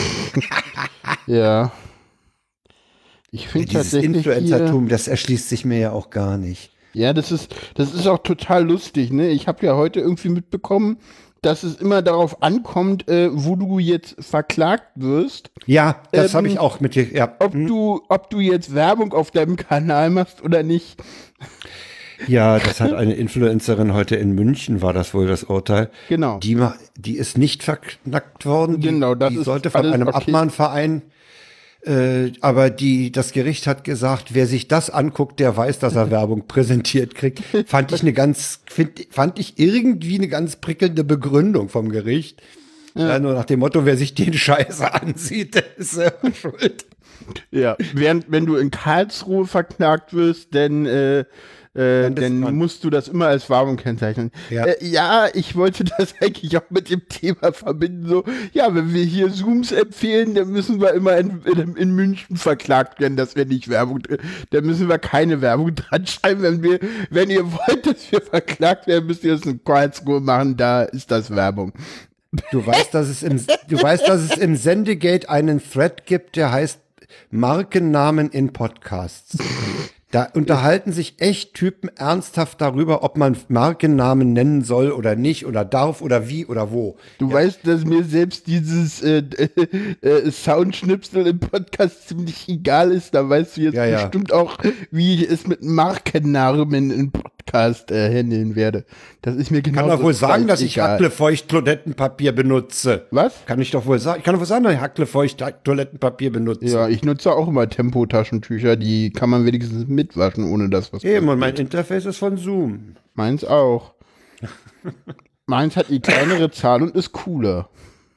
Ja. Ich finde Dieses tatsächlich hier, Influencertum, das erschließt sich mir ja auch gar nicht. ja, das ist auch total lustig, ne? Ich habe ja heute irgendwie mitbekommen, dass es immer darauf ankommt, wo du jetzt verklagt wirst, Ja, das habe Ähm, ich auch mit dir. Ja, ob du jetzt Werbung auf deinem Kanal machst oder nicht. ja, das hat eine Influencerin heute in München, war das wohl das Urteil. Genau. Die ist nicht verknackt worden. Genau, das die ist sollte von alles einem okay. Abmahnverein. Aber das Gericht hat gesagt, wer sich das anguckt, der weiß, dass er Werbung präsentiert kriegt. Fand ich irgendwie eine ganz prickelnde Begründung vom Gericht. Ja, nur nach dem Motto, wer sich den Scheiße ansieht, der ist selber schuld. Ja, wenn du in Karlsruhe verknagt wirst, dann musst du das immer als Werbung kennzeichnen. Ja. Ja, ich wollte das eigentlich auch mit dem Thema verbinden. So, ja, wenn wir hier Zooms empfehlen, dann müssen wir immer in München verklagt werden, dass wir nicht Werbung, da müssen wir keine Werbung dran schreiben. Wenn ihr wollt, dass wir verklagt werden, müsst ihr das in Karlsruhe machen, da ist das Werbung. Du weißt, dass es im Sendegate einen Thread gibt, der heißt Markennamen in Podcasts. Da unterhalten sich echt Typen ernsthaft darüber, ob man Markennamen nennen soll oder nicht oder darf oder wie oder wo. Du weißt, dass mir selbst dieses Soundschnipsel im Podcast ziemlich egal ist. Da weißt du jetzt Ja, ja. bestimmt auch, wie ich es mit Markennamen im Podcast handeln werde. Das ist mir genau Ich kann doch wohl sagen, dass ich Hacklefeucht Toilettenpapier benutze. Was? Kann ich doch wohl sagen. Ich kann doch wohl sagen, dass ich Hacklefeucht Toilettenpapier benutze. Ja, ich nutze auch immer Tempo-Taschentücher. Die kann man wenigstens mitwaschen, ohne dass was Eben, und mein Interface ist von Zoom. Meins auch. Meins hat die kleinere Zahl und ist cooler.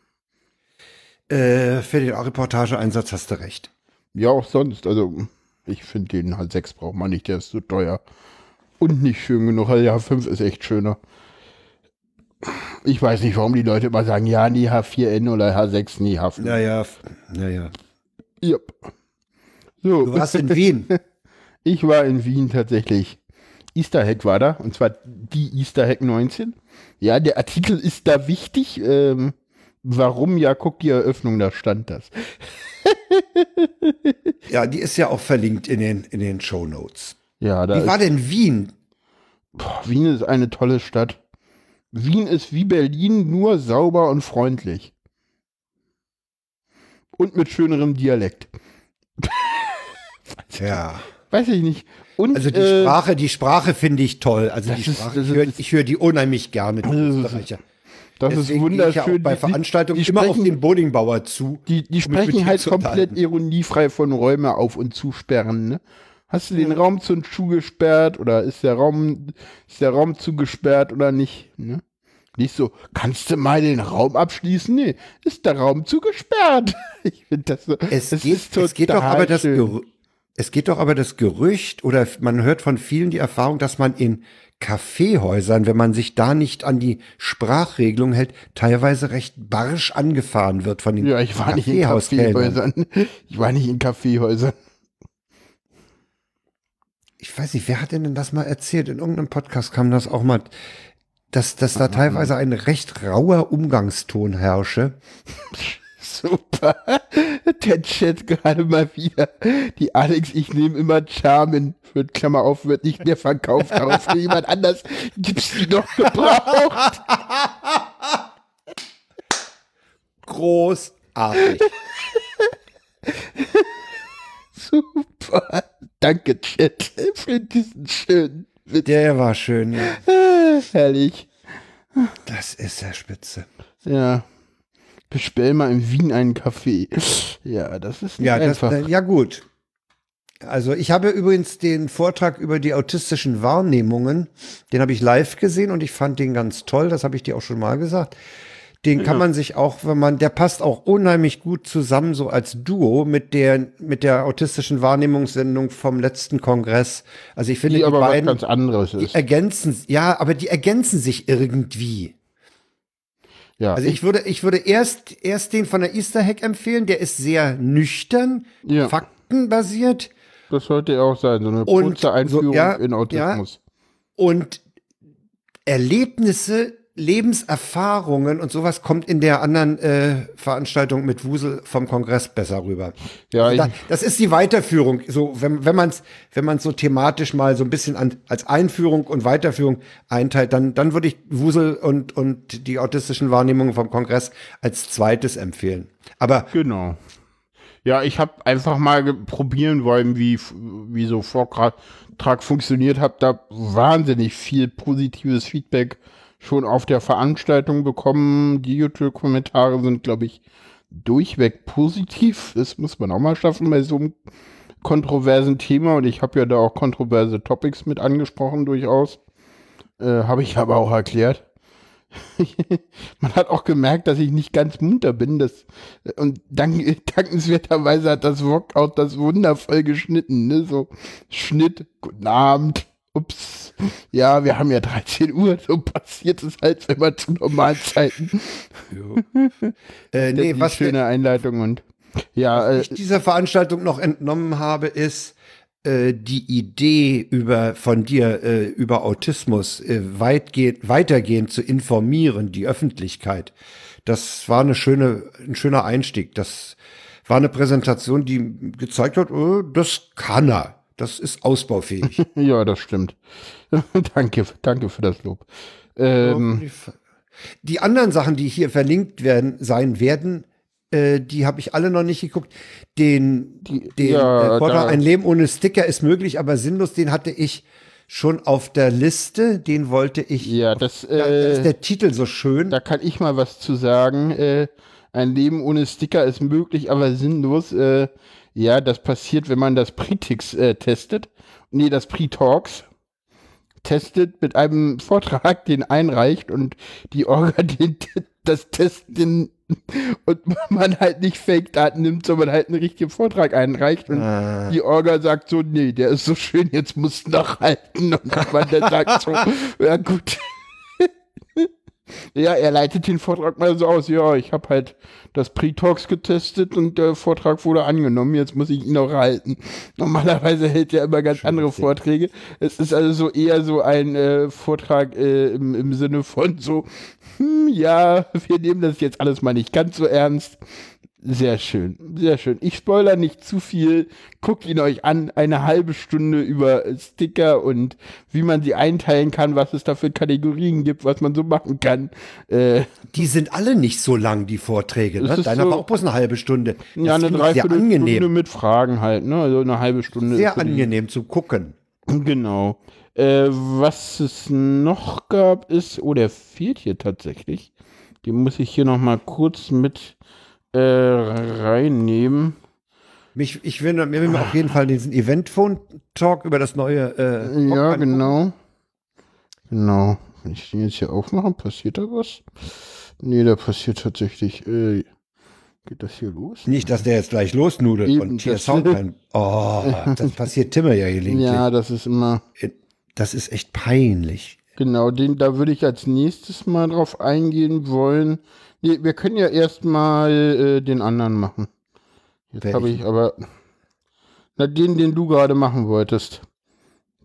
Für den Reportageeinsatz hast du recht. Ja, auch sonst. Also, ich finde den H6 braucht man nicht, der ist so teuer. Und nicht schön genug. Also, der H5 ist echt schöner. Ich weiß nicht, warum die Leute immer sagen, ja, nee, H4N oder H6, nee, H5. Ja. Yep. So, Du warst in Wien. ich war in Wien tatsächlich. Easter Hack war da, und zwar die Easter Hack 19. Ja, der Artikel ist da wichtig. Warum? Ja, guck die Eröffnung, da stand das. Ja, die ist ja auch verlinkt in den Shownotes. Ja, da Wie war denn Wien? Wien ist eine tolle Stadt. Wien ist wie Berlin, nur sauber und freundlich. Und mit schönerem Dialekt. Ja. Weiß ich nicht. Und, Also die Sprache finde ich toll. Also die das ist- Sprache, das ist- ich höre die unheimlich gerne, die Das ist- Österreicher. das Deswegen ist gehe ich wunderschön. ja auch bei Veranstaltungen immer auf den Bodingbauer zu. Die um mich mit sprechen ihm halt zu komplett unterhalten. ironiefrei von Räume auf- und zusperren, ne? Hast du den Raum zugesperrt oder ist der Raum zugesperrt oder nicht, ne? Nicht so, kannst du mal den Raum abschließen? Nee, ist der Raum zugesperrt. Ich finde das so. Es geht doch aber das Gerücht oder man hört von vielen die Erfahrung, dass man in Kaffeehäusern, wenn man sich da nicht an die Sprachregelung hält, teilweise recht barsch angefahren wird von den Ja, ich war nicht in Kaffeehauskellnern. Kaffeehäusern. Ich war nicht in Kaffeehäusern. ich weiß nicht, wer hat denn das mal erzählt? In irgendeinem Podcast kam das auch mal, dass da teilweise ein recht rauer Umgangston herrsche. Super. Der Chat gerade mal wieder. Die Alex, ich nehme immer Charmin. Wird Klammer auf, wird nicht mehr verkauft. Darauf für jemand anders gibt's die noch gebraucht. Großartig. Super. Danke, Chat, für diesen schönen Witz. Der war schön, ja. Herrlich. Das ist ja spitze. Ja. Bestell mal in Wien einen Kaffee. Ja, das ist nicht einfach. Ja, gut. Also ich habe übrigens den Vortrag über die autistischen Wahrnehmungen, den habe ich live gesehen und ich fand den ganz toll, das habe ich dir auch schon mal gesagt. Den kann man sich auch, der passt auch unheimlich gut zusammen, so als Duo mit der autistischen Wahrnehmungssendung vom letzten Kongress. Also ich finde, die aber beiden, was ganz anderes ist. Aber die ergänzen sich irgendwie. Ja, Also ich würde erst den von der Easter Hack empfehlen, der ist sehr nüchtern, Ja. faktenbasiert. Das sollte ja auch sein, so eine kurze Einführung in Autismus. Und Erlebnisse, Lebenserfahrungen und sowas kommt in der anderen Veranstaltung mit Wusel vom Kongress besser rüber. Ja, Das ist die Weiterführung. So, wenn man es so thematisch mal so ein bisschen als Einführung und Weiterführung einteilt, dann würde ich Wusel und die autistischen Wahrnehmungen vom Kongress als zweites empfehlen. Aber genau. Ja, ich habe einfach mal probieren wollen, wie so Vortrag funktioniert. Habe da wahnsinnig viel positives Feedback schon auf der Veranstaltung bekommen. Die YouTube-Kommentare sind, glaube ich, durchweg positiv. Das muss man auch mal schaffen bei so einem kontroversen Thema. Und ich habe ja da auch kontroverse Topics mit angesprochen, durchaus. Habe ich aber auch erklärt. Man hat auch gemerkt, dass ich nicht ganz munter bin. Und dankenswerterweise hat das Workout das wundervoll geschnitten. Ne? So Schnitt, guten Abend, ups. Ja, wir haben ja 13 Uhr. So passiert es halt, wenn man zu normalen Zeiten. Was schöne Einleitung und was ich dieser Veranstaltung noch entnommen habe, ist die Idee von dir über Autismus weitergehend zu informieren, die Öffentlichkeit. Das war ein schöner Einstieg. Das war eine Präsentation, die gezeigt hat, das kann er. Das ist ausbaufähig. Ja, das stimmt. Danke für das Lob. Die anderen Sachen, die hier verlinkt sein werden, die habe ich alle noch nicht geguckt. Den Vortrag Ein Leben ohne Sticker ist möglich, aber sinnlos, den hatte ich schon auf der Liste. Den wollte ich. Ja, da ist der Titel so schön. Da kann ich mal was zu sagen. Ein Leben ohne Sticker ist möglich, aber sinnlos. Ja, das passiert, wenn man das Pretix testet. Nee, das Pre-Talks testet mit einem Vortrag, den einreicht und die Orga das Testen und man halt nicht Fake-Daten nimmt, sondern halt einen richtigen Vortrag einreicht und die Orga sagt so, nee, der ist so schön, jetzt musst du nachhalten und man dann sagt so, ja gut. Ja, er leitet den Vortrag mal so aus, ja, ich habe halt das Pre-Talks getestet und der Vortrag wurde angenommen, jetzt muss ich ihn auch halten. Normalerweise hält er immer ganz andere Vorträge. Es ist also so eher so ein Vortrag im Sinne von so, ja, wir nehmen das jetzt alles mal nicht ganz so ernst. Sehr schön, sehr schön. Ich spoilere nicht zu viel. Guckt ihn euch an. Eine halbe Stunde über Sticker und wie man sie einteilen kann, was es da für Kategorien gibt, was man so machen kann. Die sind alle nicht so lang, die Vorträge. Ne? Deiner war auch bloß eine halbe Stunde. Das ja, eine Dreiviertelstunde mit Fragen halt. Ne? Also eine halbe Stunde. Sehr angenehm zu gucken. Genau. Was es noch gab ist, der fehlt hier tatsächlich. Den muss ich hier noch mal kurz mit reinnehmen. Ich will mir auf jeden Fall diesen Event-Phone-Talk über das neue ja, genau. Genau. Wenn ich den jetzt hier aufmache, passiert da was? Nee, da passiert tatsächlich. Geht das hier los? Nicht, dass der jetzt gleich losnudelt Eben, und hier Soundman. Oh, das passiert Timmer ja gelegentlich. Ja, das ist immer. Das ist echt peinlich. Genau, da würde ich als nächstes mal drauf eingehen wollen. Nee, wir können ja erstmal den anderen machen. Jetzt habe ich aber. Na, den du gerade machen wolltest.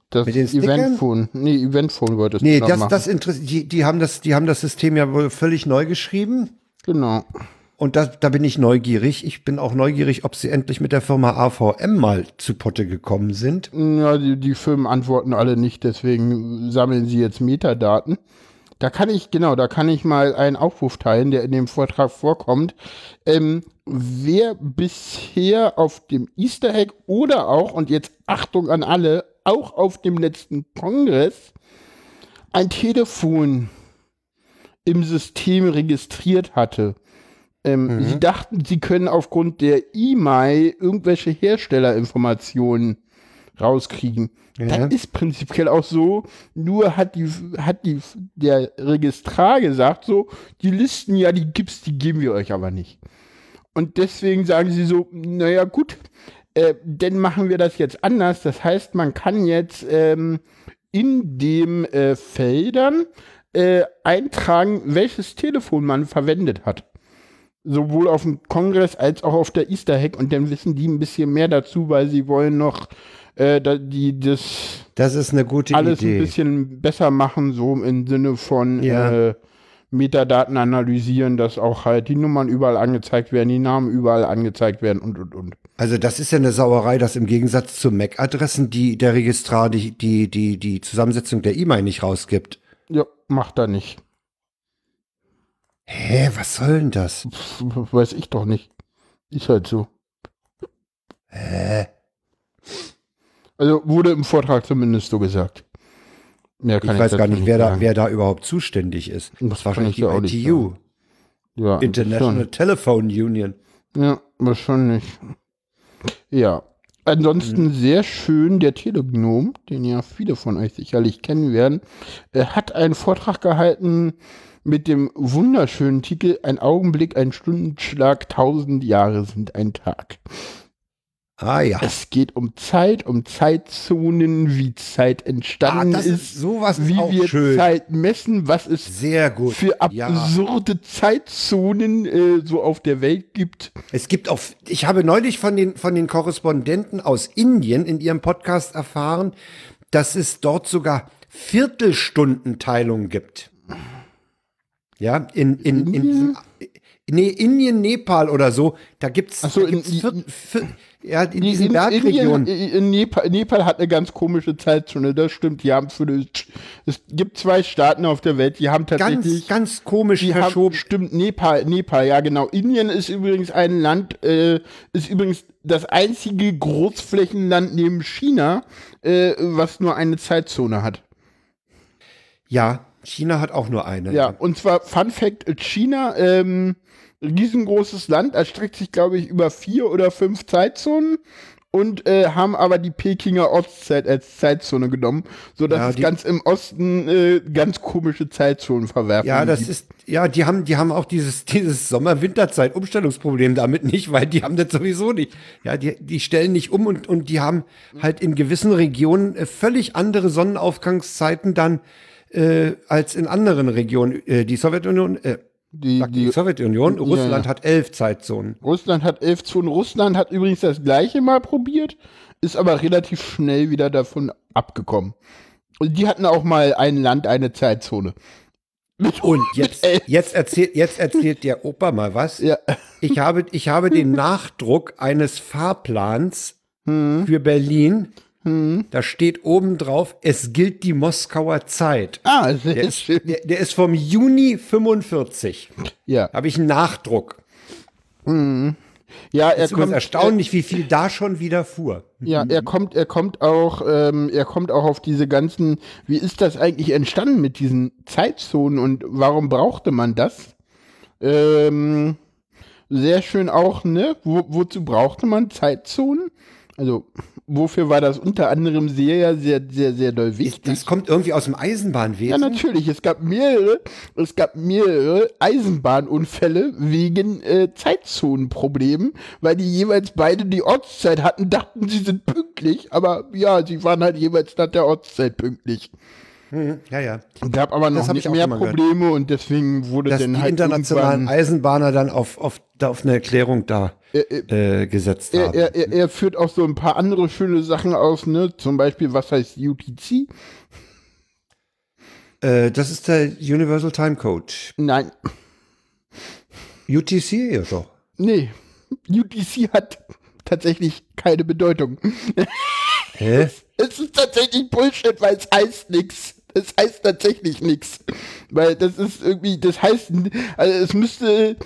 Das Mit den Stickern? Eventphone. Nee, Eventphone wolltest Nee, du noch machen. die haben das System ja wohl völlig neu geschrieben. Genau. Und da bin ich neugierig. Ich bin auch neugierig, ob sie endlich mit der Firma AVM mal zu Potte gekommen sind. Ja, die Firmen antworten alle nicht, deswegen sammeln sie jetzt Metadaten. Da kann ich mal einen Aufruf teilen, der in dem Vortrag vorkommt. Wer bisher auf dem Easter Egg oder auch, und jetzt Achtung an alle, auch auf dem letzten Kongress ein Telefon im System registriert hatte. Sie dachten, sie können aufgrund der E-Mail irgendwelche Herstellerinformationen rauskriegen. Ja. Das ist prinzipiell auch so, nur hat der Registrar gesagt, so, die Listen, ja, die geben wir euch aber nicht. Und deswegen sagen sie so, naja, gut, dann machen wir das jetzt anders. Das heißt, man kann jetzt in den Feldern eintragen, welches Telefon man verwendet hat. Sowohl auf dem Kongress als auch auf der Easter Egg, und dann wissen die ein bisschen mehr dazu, weil sie wollen noch Das ist eine gute alles Idee. ein bisschen besser machen, so im Sinne von Metadaten analysieren, dass auch halt die Nummern überall angezeigt werden, die Namen überall angezeigt werden und. Also das ist ja eine Sauerei, dass im Gegensatz zu MAC-Adressen der Registrar die Zusammensetzung der E-Mail nicht rausgibt. Ja, macht er nicht. Hä, was soll denn das? Weiß ich doch nicht. Ist halt so. Hä? Also wurde im Vortrag zumindest so gesagt. Mehr Ich weiß gar nicht, wer da überhaupt zuständig ist. Das Das ist wahrscheinlich die kann ich ja auch nicht ITU. Ja, International schon. Telephone Union. Ja, wahrscheinlich. Ja. Ansonsten sehr schön, der Telegnome, den ja viele von euch sicherlich kennen werden, hat einen Vortrag gehalten mit dem wunderschönen Titel Ein Augenblick, ein Stundenschlag, 1000 Jahre sind ein Tag. Ah ja. Es geht um Zeit, um Zeitzonen, wie Zeit entstanden das ist, sowas wie auch wir schön. Zeit messen, was es Sehr gut. für absurde Zeitzonen so auf der Welt gibt. Es gibt auch, ich habe neulich von den Korrespondenten aus Indien in ihrem Podcast erfahren, dass es dort sogar Viertelstundenteilungen gibt. Ja, in diesem, Indien, Nepal oder so, da gibt's, Ach so, in diesen Bergregionen. Nepal hat eine ganz komische Zeitzone, das stimmt. Es gibt 2 Staaten auf der Welt, die haben tatsächlich Ganz komisch verschoben. Stimmt, Nepal, ja genau. Indien ist übrigens ein Land, ist übrigens das einzige Großflächenland neben China, was nur eine Zeitzone hat. Ja, China hat auch nur eine. Ja, und zwar Fun Fact, China, riesengroßes Land, erstreckt sich, glaube ich, über 4 oder 5 Zeitzonen und haben aber die Pekinger Ortszeit als Zeitzone genommen, sodass es ganz im Osten ganz komische Zeitzonen verwerfen. Ja, die haben auch dieses Sommer-Winterzeit-Umstellungsproblem damit nicht, weil die haben das sowieso nicht. Ja, die stellen nicht um und die haben halt in gewissen Regionen völlig andere Sonnenaufgangszeiten dann als in anderen Regionen. Die Sowjetunion, Russland hat 11 Zeitzonen. Russland hat 11 Zonen. Russland hat übrigens das Gleiche mal probiert, ist aber relativ schnell wieder davon abgekommen. Und die hatten auch mal ein Land, eine Zeitzone. Und jetzt erzählt der Opa mal was. Ja. Ich habe den Nachdruck eines Fahrplans für Berlin. Da steht oben drauf, es gilt die Moskauer Zeit. Ah, sehr schön. Der ist vom Juni 45. Ja. Habe ich einen Nachdruck. Ja, Es ist erstaunlich, wie viel da schon wieder fuhr. Ja, er kommt auch auf diese ganzen, wie ist das eigentlich entstanden mit diesen Zeitzonen und warum brauchte man das? Sehr schön auch, ne? Wozu brauchte man Zeitzonen? Also, wofür war das unter anderem sehr, sehr, sehr, sehr doll wichtig? Das kommt irgendwie aus dem Eisenbahnwesen. Ja, natürlich. Es gab mehrere Eisenbahnunfälle wegen Zeitzonenproblemen, weil die jeweils beide die Ortszeit hatten, dachten, sie sind pünktlich, aber ja, sie waren halt jeweils nach der Ortszeit pünktlich. Ja. Gab aber noch nicht mehr Probleme und deswegen wurde dass dann die halt internationalen Eisenbahner dann auf eine Erklärung da gesetzt haben. Er führt auch so ein paar andere schöne Sachen aus, ne? Zum Beispiel, was heißt UTC? Das ist der Universal Time Code. Nein. UTC, ja doch. Nee. UTC hat tatsächlich keine Bedeutung. Hä? Es ist tatsächlich Bullshit, weil es heißt nichts. Es heißt tatsächlich nichts. Weil das ist irgendwie, das heißt, also es müsste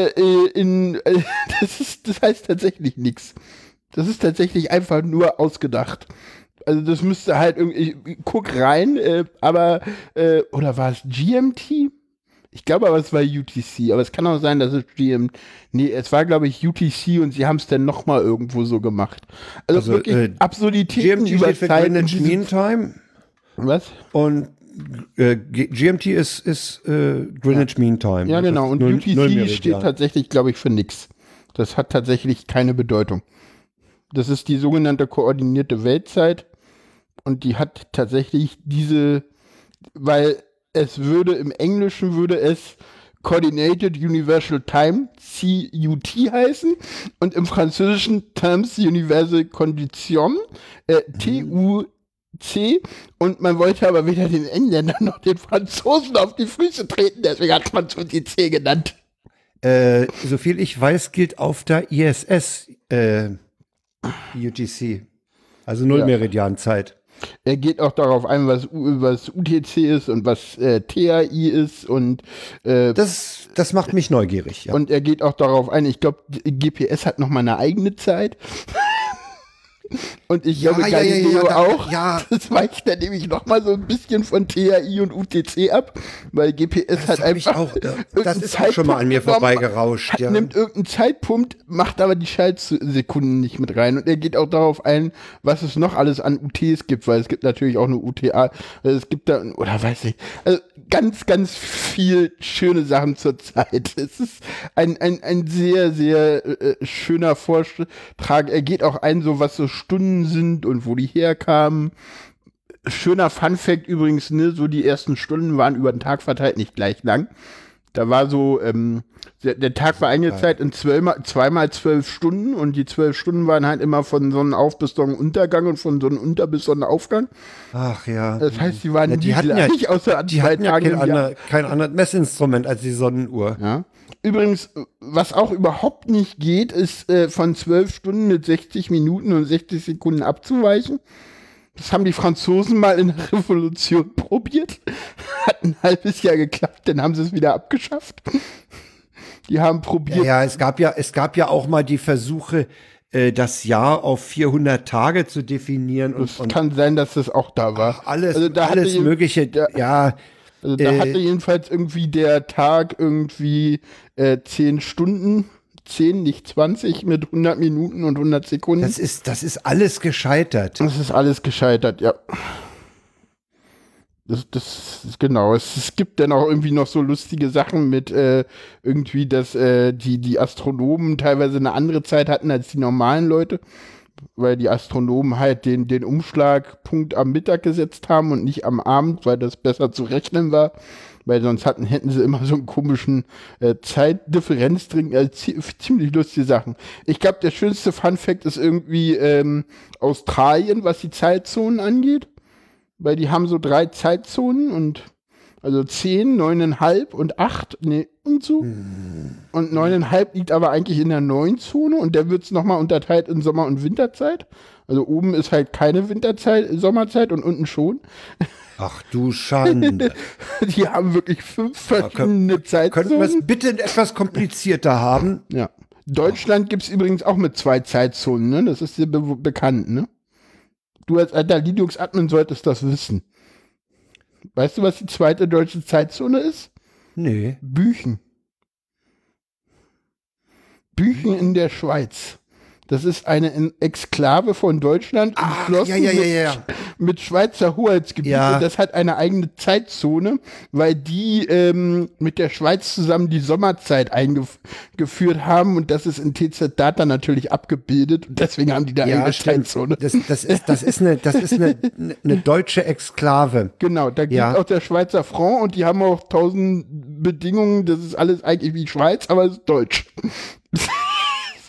das heißt tatsächlich nichts. Das ist tatsächlich einfach nur ausgedacht. Also das müsste halt irgendwie, ich guck rein, oder war es GMT? Ich glaube aber, es war UTC, aber es kann auch sein, dass es nee, es war, glaube ich, UTC und sie haben es dann nochmal irgendwo so gemacht. Also wirklich Absurditäten GMT über steht für Zeit. Greenwich Mean Time. Was? Und GMT ist Greenwich Mean Time. Ja, genau. Und UTC steht tatsächlich, glaube ich, für nix. Das hat tatsächlich keine Bedeutung. Das ist die sogenannte koordinierte Weltzeit. Und die hat tatsächlich weil im Englischen würde es Coordinated Universal Time, CUT heißen, und im Französischen Temps Universal Condition, TUC, und man wollte aber weder den Engländern noch den Franzosen auf die Füße treten, deswegen hat man es UTC genannt. Soviel ich weiß, gilt auf der ISS UTC, also Nullmeridianzeit. Er geht auch darauf ein, was UTC ist und was TAI ist und das macht mich neugierig, ja. Und er geht auch darauf ein, ich glaube, GPS hat noch mal eine eigene Zeit. Und ich glaube, Galileo auch. Ja. Das weicht dann nämlich noch mal so ein bisschen von TAI und UTC ab, weil GPS hat einfach das ist auch schon mal an mir vorbeigerauscht. Ja. Nimmt irgendeinen Zeitpunkt, macht aber die Schaltsekunden nicht mit rein. Und er geht auch darauf ein, was es noch alles an UTs gibt, weil es gibt natürlich auch eine UTA. Also es gibt da, oder weiß ich, also ganz, ganz viel schöne Sachen zur Zeit. Es ist ein sehr, sehr schöner Vortrag. Er geht auch ein, so was so Stunden sind und wo die herkamen. Schöner Funfact übrigens, ne, so die ersten Stunden waren über den Tag verteilt nicht gleich lang. Da war so, der Tag war eingeteilt in 2 x 12 Stunden und die 12 Stunden waren halt immer von Sonnenauf bis Sonnenuntergang und von Sonnenunter bis Sonnenaufgang. Ach ja. Das heißt, die waren die hatten gleich, außer an die hatten ja kein anderes Messinstrument als die Sonnenuhr. Ja. Übrigens, was auch überhaupt nicht geht, ist von 12 Stunden mit 60 Minuten und 60 Sekunden abzuweichen. Das haben die Franzosen mal in der Revolution probiert. Hat ein halbes Jahr geklappt, dann haben sie es wieder abgeschafft. Die haben probiert. Ja, es gab ja auch mal die Versuche, das Jahr auf 400 Tage zu definieren. Es kann sein, dass das auch da war. Alles Mögliche, ja. Also da hatte jedenfalls irgendwie der Tag irgendwie 10 Stunden, 10, nicht 20, mit 100 Minuten und 100 Sekunden. Das ist alles gescheitert. Das ist alles gescheitert, ja. Das genau. Es gibt dann auch irgendwie noch so lustige Sachen mit irgendwie, dass die Astronomen teilweise eine andere Zeit hatten als die normalen Leute, weil die Astronomen halt den Umschlagpunkt am Mittag gesetzt haben und nicht am Abend, weil das besser zu rechnen war. Weil sonst hätten sie immer so einen komischen Zeitdifferenz drin. Ziemlich lustige Sachen. Ich glaube, der schönste Funfact ist irgendwie Australien, was die Zeitzonen angeht. Weil die haben so 3 Zeitzonen und also 10, 9,5 und 8, und so. Und 9,5 liegt aber eigentlich in der 9-Zone und der wird es nochmal unterteilt in Sommer- und Winterzeit. Also oben ist halt keine Winterzeit, Sommerzeit und unten schon. Ach du Schande. Die haben wirklich 5 verschiedene Zeitzonen. Könnten wir es bitte etwas komplizierter haben? Ja. Deutschland gibt es übrigens auch mit 2 Zeitzonen, ne? Das ist dir bekannt, ne? Du als alter Linux-Admin solltest das wissen. Weißt du, was die zweite deutsche Zeitzone ist? Nee. Büchen. Büchen in der Schweiz. Das ist eine Exklave von Deutschland, mit Schweizer Hoheitsgebiet. Ja. Und das hat eine eigene Zeitzone, weil die mit der Schweiz zusammen die Sommerzeit eingeführt haben. Und das ist in TZ Data natürlich abgebildet. Und deswegen haben die da eine Zeitzone. Das ist eine deutsche Exklave. Genau, da gibt auch der Schweizer Franc und die haben auch 1000 Bedingungen. Das ist alles eigentlich wie Schweiz, aber es ist deutsch.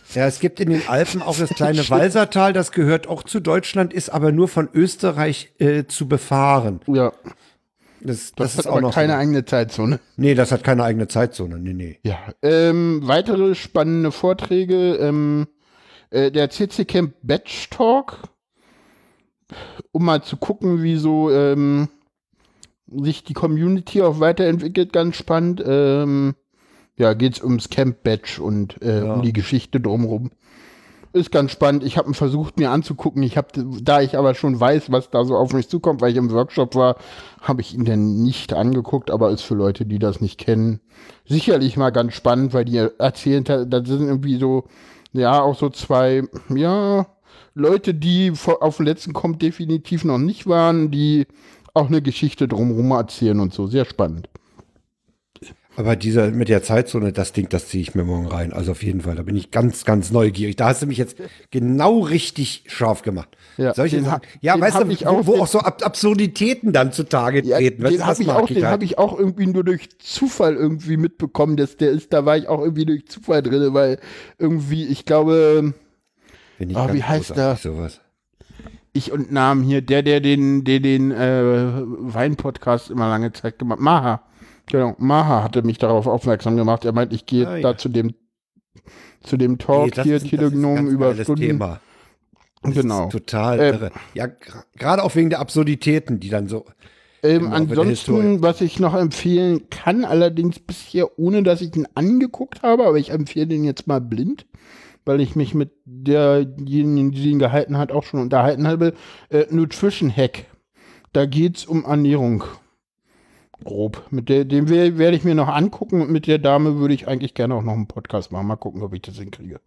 Ja, es gibt in den Alpen auch das kleine Walsertal, das gehört auch zu Deutschland, ist aber nur von Österreich zu befahren. Ja. Das Das ist hat auch aber noch keine so. eigene Zeitzone. Nee, das hat keine eigene Zeitzone. Nee. Ja. Weitere spannende Vorträge. Der CC Camp Batch Talk, um mal zu gucken, wie so sich die Community auch weiterentwickelt, ganz spannend. Geht's ums Camp Batch und um die Geschichte drumherum. Ist ganz spannend. Ich habe ihn versucht, mir anzugucken. Da ich aber schon weiß, was da so auf mich zukommt, weil ich im Workshop war, habe ich ihn dann nicht angeguckt, aber ist für Leute, die das nicht kennen, sicherlich mal ganz spannend, weil die erzählen, da sind irgendwie so, ja, auch so zwei, ja, Leute, die auf den letzten Kommt definitiv noch nicht waren, die auch eine Geschichte drumherum erzählen und so. Sehr spannend. Aber dieser mit der Zeitzone, das Ding, das ziehe ich mir morgen rein. Also auf jeden Fall, da bin ich ganz, ganz neugierig. Da hast du mich jetzt genau richtig scharf gemacht. Ja, Solche Sachen. Ja, weißt du, wo auch so Absurditäten dann zutage treten. Den habe ich auch irgendwie nur durch Zufall irgendwie mitbekommen, dass der ist. Da war ich auch irgendwie durch Zufall drin, weil irgendwie, ich glaube, wie heißt der? Sowas. Ich und Namen hier, der den Wein-Podcast immer lange Zeit gemacht. Maha. Genau, Maha hatte mich darauf aufmerksam gemacht. Er meint, ich gehe da zu dem Talk hier, Telegnomen über Stunden. Thema. Das genau. Ist total irre. Ja, gerade auch wegen der Absurditäten, die dann so. Ansonsten, was ich noch empfehlen kann, allerdings bisher, ohne dass ich ihn angeguckt habe, aber ich empfehle den jetzt mal blind, weil ich mich mit derjenigen, die ihn gehalten hat, auch schon unterhalten habe. Nutrition Hack. Da geht's um Ernährung. Grob. Den werde ich mir noch angucken und mit der Dame würde ich eigentlich gerne auch noch einen Podcast machen. Mal gucken, ob ich das hinkriege.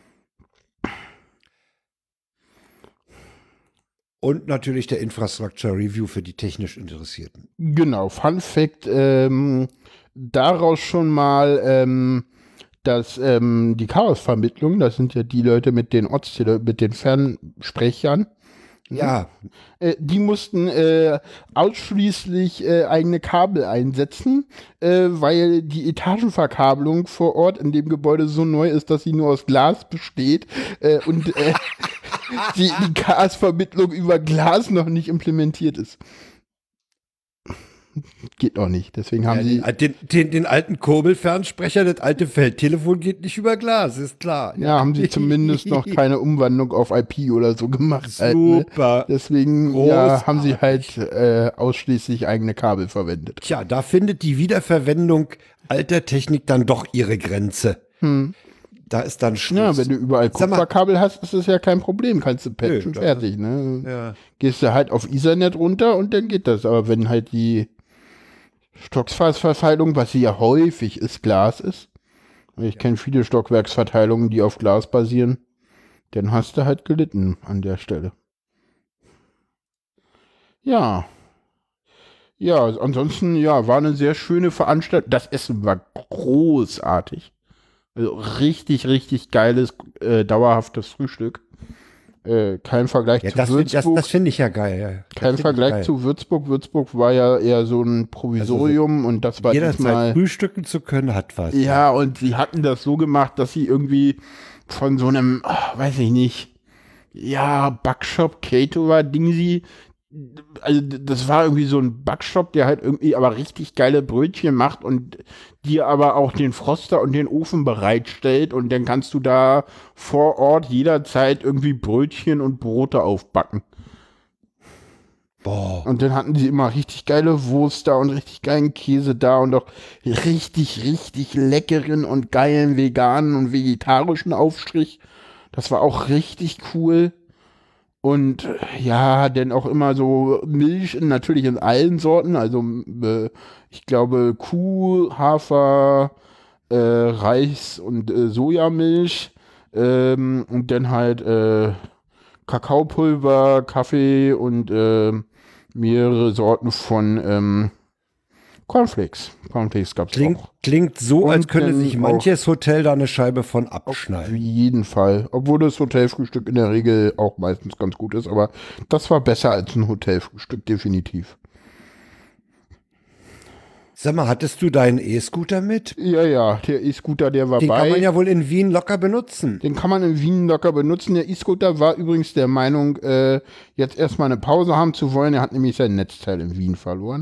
Und natürlich der Infrastructure Review für die technisch Interessierten. Genau. Fun Fact, daraus schon mal, dass die Chaosvermittlung, das sind ja die Leute mit den mit den Fernsprechern, ja. Die mussten ausschließlich eigene Kabel einsetzen, weil die Etagenverkabelung vor Ort in dem Gebäude so neu ist, dass sie nur aus Glas besteht und die Chaosvermittlung über Glas noch nicht implementiert ist. Geht noch nicht, deswegen haben sie... Den alten Kurbelfernsprecher, das alte Feldtelefon geht nicht über Glas, ist klar. Ja, haben sie zumindest noch keine Umwandlung auf IP oder so gemacht. Super. Halt, ne? Deswegen haben sie halt ausschließlich eigene Kabel verwendet. Tja, da findet die Wiederverwendung alter Technik dann doch ihre Grenze. Da ist dann Schluss. Ja, wenn du überall Kupferkabel hast, ist das ja kein Problem. Kannst du patchen, fertig. Ne? Ja. Gehst du halt auf Ethernet runter und dann geht das. Aber wenn halt die Stockwerksverteilung, was sie ja häufig ist, Glas ist. Ich kenne viele Stockwerksverteilungen, die auf Glas basieren. Dann hast du halt gelitten an der Stelle. Ja. Ja, ansonsten, ja, war eine sehr schöne Veranstaltung. Das Essen war großartig. Also richtig, richtig geiles, dauerhaftes Frühstück. Kein Vergleich zu Würzburg. Das finde ich ja geil. Ja. Kein Vergleich zu Würzburg. Würzburg war ja eher so ein Provisorium und das war jederzeit frühstücken zu können, hat was. Ja, und sie hatten das so gemacht, dass sie irgendwie von so einem, weiß ich nicht, ja, Backshop, Caterer, Dingsi, also das war irgendwie so ein Backshop, der halt irgendwie aber richtig geile Brötchen macht und dir aber auch den Froster und den Ofen bereitstellt und dann kannst du da vor Ort jederzeit irgendwie Brötchen und Brote aufbacken. Boah. Und dann hatten sie immer richtig geile Wurst da und richtig geilen Käse da und auch richtig, richtig leckeren und geilen veganen und vegetarischen Aufstrich. Das war auch richtig cool. Und ja, dann auch immer so Milch, natürlich in allen Sorten, also ich glaube Kuh, Hafer, Reis und Sojamilch und dann halt Kakaopulver, Kaffee und mehrere Sorten von Cornflakes. Cornflakes gab es auch. Klingt so, als könnte sich manches Hotel da eine Scheibe von abschneiden. Auf jeden Fall. Obwohl das Hotelfrühstück in der Regel auch meistens ganz gut ist, aber das war besser als ein Hotelfrühstück, definitiv. Sag mal, hattest du deinen E-Scooter mit? Ja, der E-Scooter, der war Den bei. kann man ja wohl in Wien locker benutzen. Den kann man in Wien locker benutzen. Der E-Scooter war übrigens der Meinung, jetzt erstmal eine Pause haben zu wollen. Er hat nämlich sein Netzteil in Wien verloren.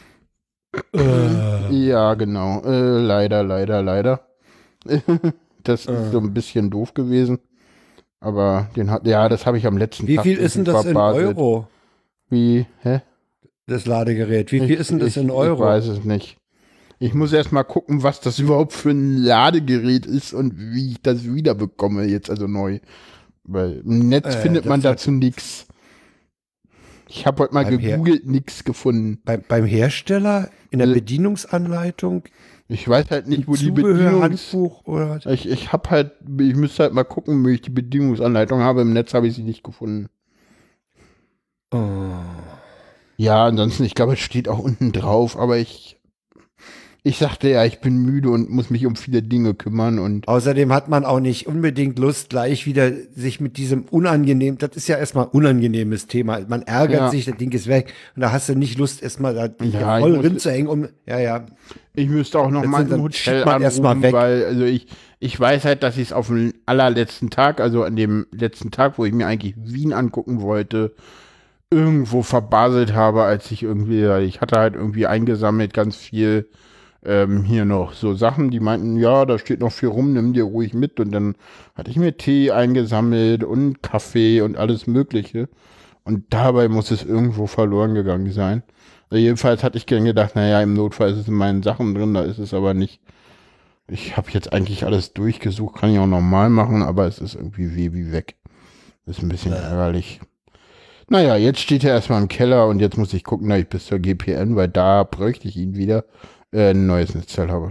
Ja, genau. Leider. Das ist so ein bisschen doof gewesen. Aber das habe ich am letzten Wie Tag. viel ist denn das in verbaselt. Euro? Hä? Das Ladegerät. Wie viel ist denn das in Euro? Ich weiß es nicht. Ich muss erst mal gucken, was das überhaupt für ein Ladegerät ist und wie ich das wiederbekomme jetzt, also neu. Weil im Netz findet man dazu nichts. Ich habe heute mal gegoogelt, nichts gefunden. Beim Hersteller? In der Bedienungsanleitung? Ich weiß halt nicht, wo die Handbuch oder was? Ich müsste halt mal gucken, wo ich die Bedienungsanleitung habe. Im Netz habe ich sie nicht gefunden. Oh. Ja, ansonsten, ich glaube, es steht auch unten drauf, aber ich sagte ja, ich bin müde und muss mich um viele Dinge kümmern und. Außerdem hat man auch nicht unbedingt Lust, gleich wieder sich mit diesem das ist ja erstmal ein unangenehmes Thema. Man ärgert sich, das Ding ist weg und da hast du nicht Lust, erstmal da voll rinzuhängen, Ich müsste auch noch mal im Hotel anrufen, weil, also ich weiß halt, dass ich es auf den allerletzten Tag, also an dem letzten Tag, wo ich mir eigentlich Wien angucken wollte, irgendwo verbaselt habe, ich hatte halt irgendwie eingesammelt ganz viel hier noch so Sachen, die meinten, ja, da steht noch viel rum, nimm dir ruhig mit. Und dann hatte ich mir Tee eingesammelt und Kaffee und alles Mögliche. Und dabei muss es irgendwo verloren gegangen sein. Also jedenfalls hatte ich gedacht, naja, im Notfall ist es in meinen Sachen drin, da ist es aber nicht. Ich habe jetzt eigentlich alles durchgesucht, kann ich auch normal machen, aber es ist irgendwie wie weg. Ist ein bisschen ärgerlich. Naja, jetzt steht er erstmal im Keller und jetzt muss ich gucken, dass ich bis zur GPN, weil da bräuchte ich ihn wieder, ein neues Netzteil habe.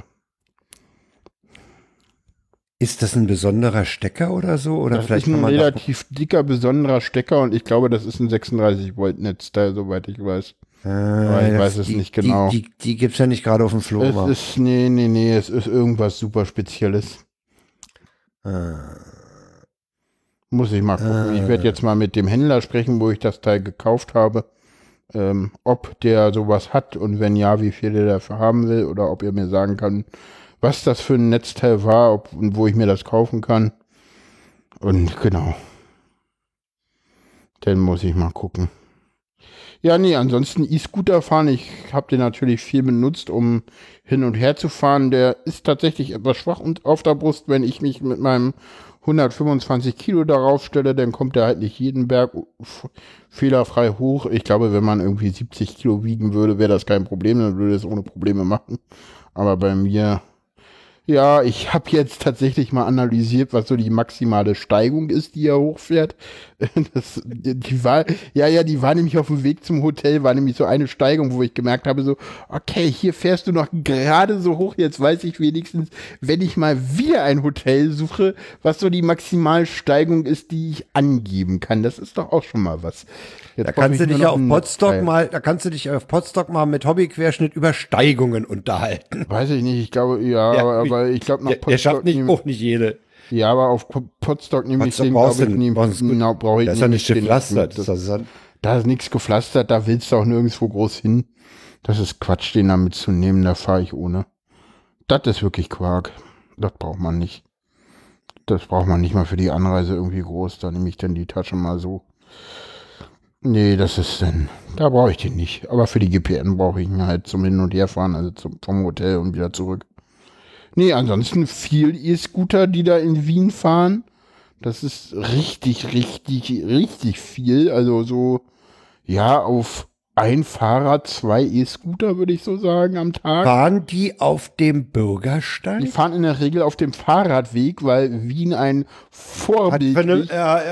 Ist das ein besonderer Stecker oder so? Oder das vielleicht ist ein relativ dicker, besonderer Stecker und ich glaube, das ist ein 36 Volt Netzteil, soweit ich weiß. Aber ich weiß es nicht genau. Die gibt's ja nicht gerade auf dem Flohmarkt. Nee, es ist irgendwas super Spezielles. Muss ich mal gucken. Ich werde jetzt mal mit dem Händler sprechen, wo ich das Teil gekauft habe. Ob der sowas hat und wenn ja, wie viel der dafür haben will oder ob er mir sagen kann, was das für ein Netzteil war und wo ich mir das kaufen kann. Und genau. Dann muss ich mal gucken. Ja, nee, ansonsten E-Scooter fahren. Ich habe den natürlich viel benutzt, um hin und her zu fahren. Der ist tatsächlich etwas schwach und auf der Brust, wenn ich mich mit meinem 125 Kilo darauf stelle, dann kommt er halt nicht jeden Berg fehlerfrei hoch. Ich glaube, wenn man irgendwie 70 Kilo wiegen würde, wäre das kein Problem, dann würde es ohne Probleme machen. Aber bei mir, ja, ich habe jetzt tatsächlich mal analysiert, was so die maximale Steigung ist, die er hochfährt. Die war nämlich auf dem Weg zum Hotel, war nämlich so eine Steigung, wo ich gemerkt habe, so, okay, hier fährst du noch gerade so hoch, jetzt weiß ich wenigstens, wenn ich mal wieder ein Hotel suche, was so die Maximalsteigung ist, die ich angeben kann. Das ist doch auch schon mal was. Jetzt da kannst du dich auf Podstock mal mit Hobbyquerschnitt über Steigungen unterhalten. Weiß ich nicht, ich glaube, aber ich glaube, der schafft auch nicht jede. Ja, aber auf Podstock nehme ich den, glaube ich, genau, brauche ich nicht. Das ist ja nicht gepflastert. Da ist nichts gepflastert, da willst du auch nirgendwo groß hin. Das ist Quatsch, den da mitzunehmen, da fahre ich ohne. Das ist wirklich Quark. Das braucht man nicht. Das braucht man nicht mal für die Anreise irgendwie groß, da nehme ich dann die Tasche mal so. Nee, da brauche ich den nicht. Aber für die GPN brauche ich ihn halt zum Hin- und Herfahren, also vom Hotel und wieder zurück. Nee, ansonsten viel E-Scooter, die da in Wien fahren. Das ist richtig viel. Also so, ja, auf ein Fahrrad, 2 E-Scooter, würde ich so sagen, am Tag. Fahren die auf dem Bürgersteig? Die fahren in der Regel auf dem Fahrradweg, weil Wien ein vorbildlich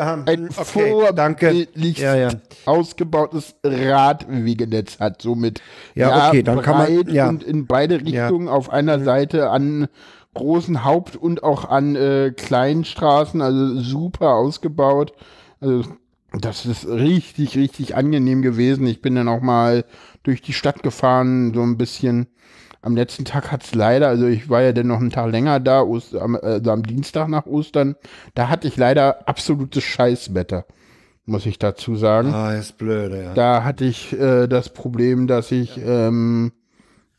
ausgebautes Radwegenetz hat. Somit dann kann man und in beide Richtungen auf einer Seite an großen Haupt- und auch an kleinen Straßen, also super ausgebaut. Also das ist richtig angenehm gewesen. Ich bin dann auch mal durch die Stadt gefahren, so ein bisschen. Am letzten Tag hat's leider, also ich war ja dann noch einen Tag länger da, am Dienstag nach Ostern, da hatte ich leider absolutes Scheißwetter, muss ich dazu sagen. Ah, ist blöd, ja. Da hatte ich das Problem, dass ich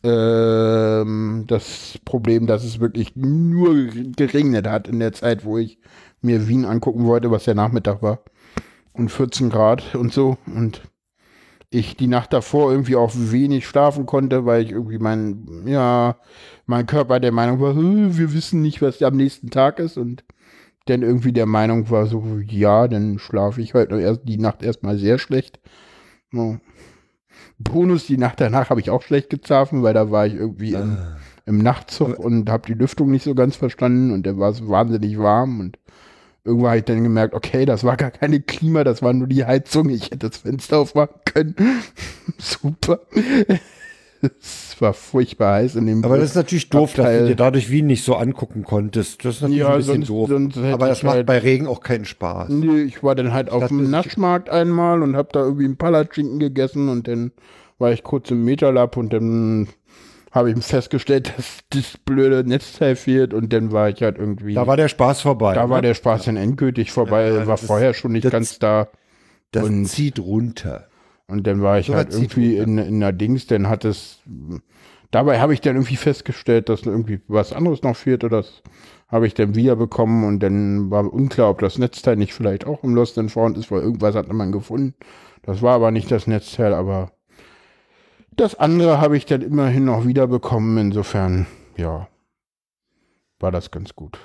Das Problem, dass es wirklich nur geregnet hat in der Zeit, wo ich mir Wien angucken wollte, was der Nachmittag war. Und 14 Grad und so. Und ich die Nacht davor irgendwie auch wenig schlafen konnte, weil ich irgendwie mein Körper der Meinung war, wir wissen nicht, was am nächsten Tag ist. Und dann irgendwie der Meinung war so, ja, dann schlafe ich heute die Nacht erstmal sehr schlecht. So. Bonus, die Nacht danach habe ich auch schlecht geschlafen, weil da war ich irgendwie im Nachtzug und habe die Lüftung nicht so ganz verstanden und dann war es wahnsinnig warm und irgendwann habe ich dann gemerkt, okay, das war gar keine Klima, das war nur die Heizung, ich hätte das Fenster aufmachen können. Super. Es war furchtbar heiß in dem Aber das ist natürlich doof, dass Abteil. du dir dadurch Wien nicht so angucken konntest. Das ist natürlich Ja, ein bisschen sonst- doof. sonst hätte Aber das ich macht halt- bei Regen auch keinen Spaß. Nee, ich war dann halt auf Das dem ist- Naschmarkt einmal und habe da irgendwie einen Palatschinken gegessen und dann war ich kurz im Metalab und dann habe ich festgestellt, dass das blöde Netzteil fehlt und dann war ich halt irgendwie, Da war der Spaß vorbei. da war ne? der Spaß dann endgültig vorbei, Ja, war das ist- vorher schon nicht das- ganz da Das und- zieht runter. und dann war ich Sogar halt irgendwie in der Dings, dann hat es, dabei habe ich dann irgendwie festgestellt, dass irgendwie was anderes noch fehlt oder das habe ich dann wiederbekommen und dann war unklar, ob das Netzteil nicht vielleicht auch im Lost and Found ist, weil irgendwas hat man gefunden. Das war aber nicht das Netzteil, aber das andere habe ich dann immerhin noch wiederbekommen. Insofern, ja, war das ganz gut.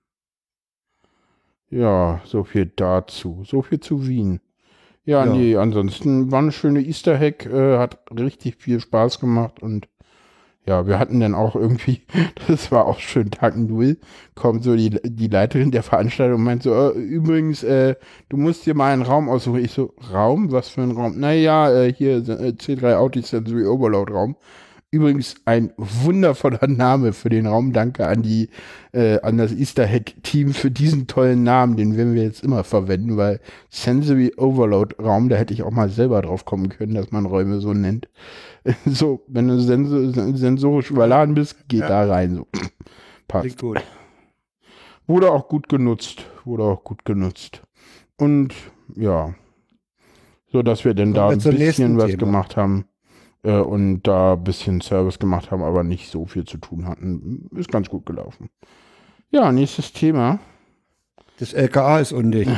Ja, so viel dazu. So viel zu Wien. Ja, Ja. nee, ansonsten war eine schöne Easter Hack, hat richtig viel Spaß gemacht und ja, wir hatten dann auch irgendwie, das war auch schön, Tag 0, kommt so die Leiterin der Veranstaltung und meint so, übrigens, du musst dir mal einen Raum aussuchen. Ich so, Raum? Was für ein Raum? Naja, hier C3 Audiosensory Overload Raum. Übrigens ein wundervoller Name für den Raum. Danke an an das Easter Hack Team für diesen tollen Namen. Den werden wir jetzt immer verwenden, weil Sensory Overload Raum, da hätte ich auch mal selber drauf kommen können, dass man Räume so nennt. So, wenn du sensorisch überladen bist, geht da rein. So. Passt. Klingt gut. Wurde auch gut genutzt. Und ja, so dass wir dann da wir ein zum bisschen nächsten was Thema. gemacht haben und da ein bisschen Service gemacht haben, aber nicht so viel zu tun hatten. Ist ganz gut gelaufen. Ja, nächstes Thema. Das LKA ist undicht.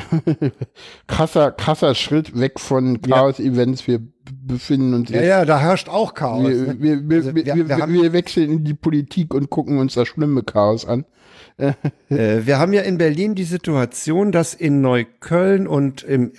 Krasser Schritt weg von Chaos-Events. Wir befinden uns Ja, da herrscht auch Chaos. ne? Also wir wechseln in die Politik und gucken uns das schlimme Chaos an. Wir haben ja in Berlin die Situation, dass in Neukölln und im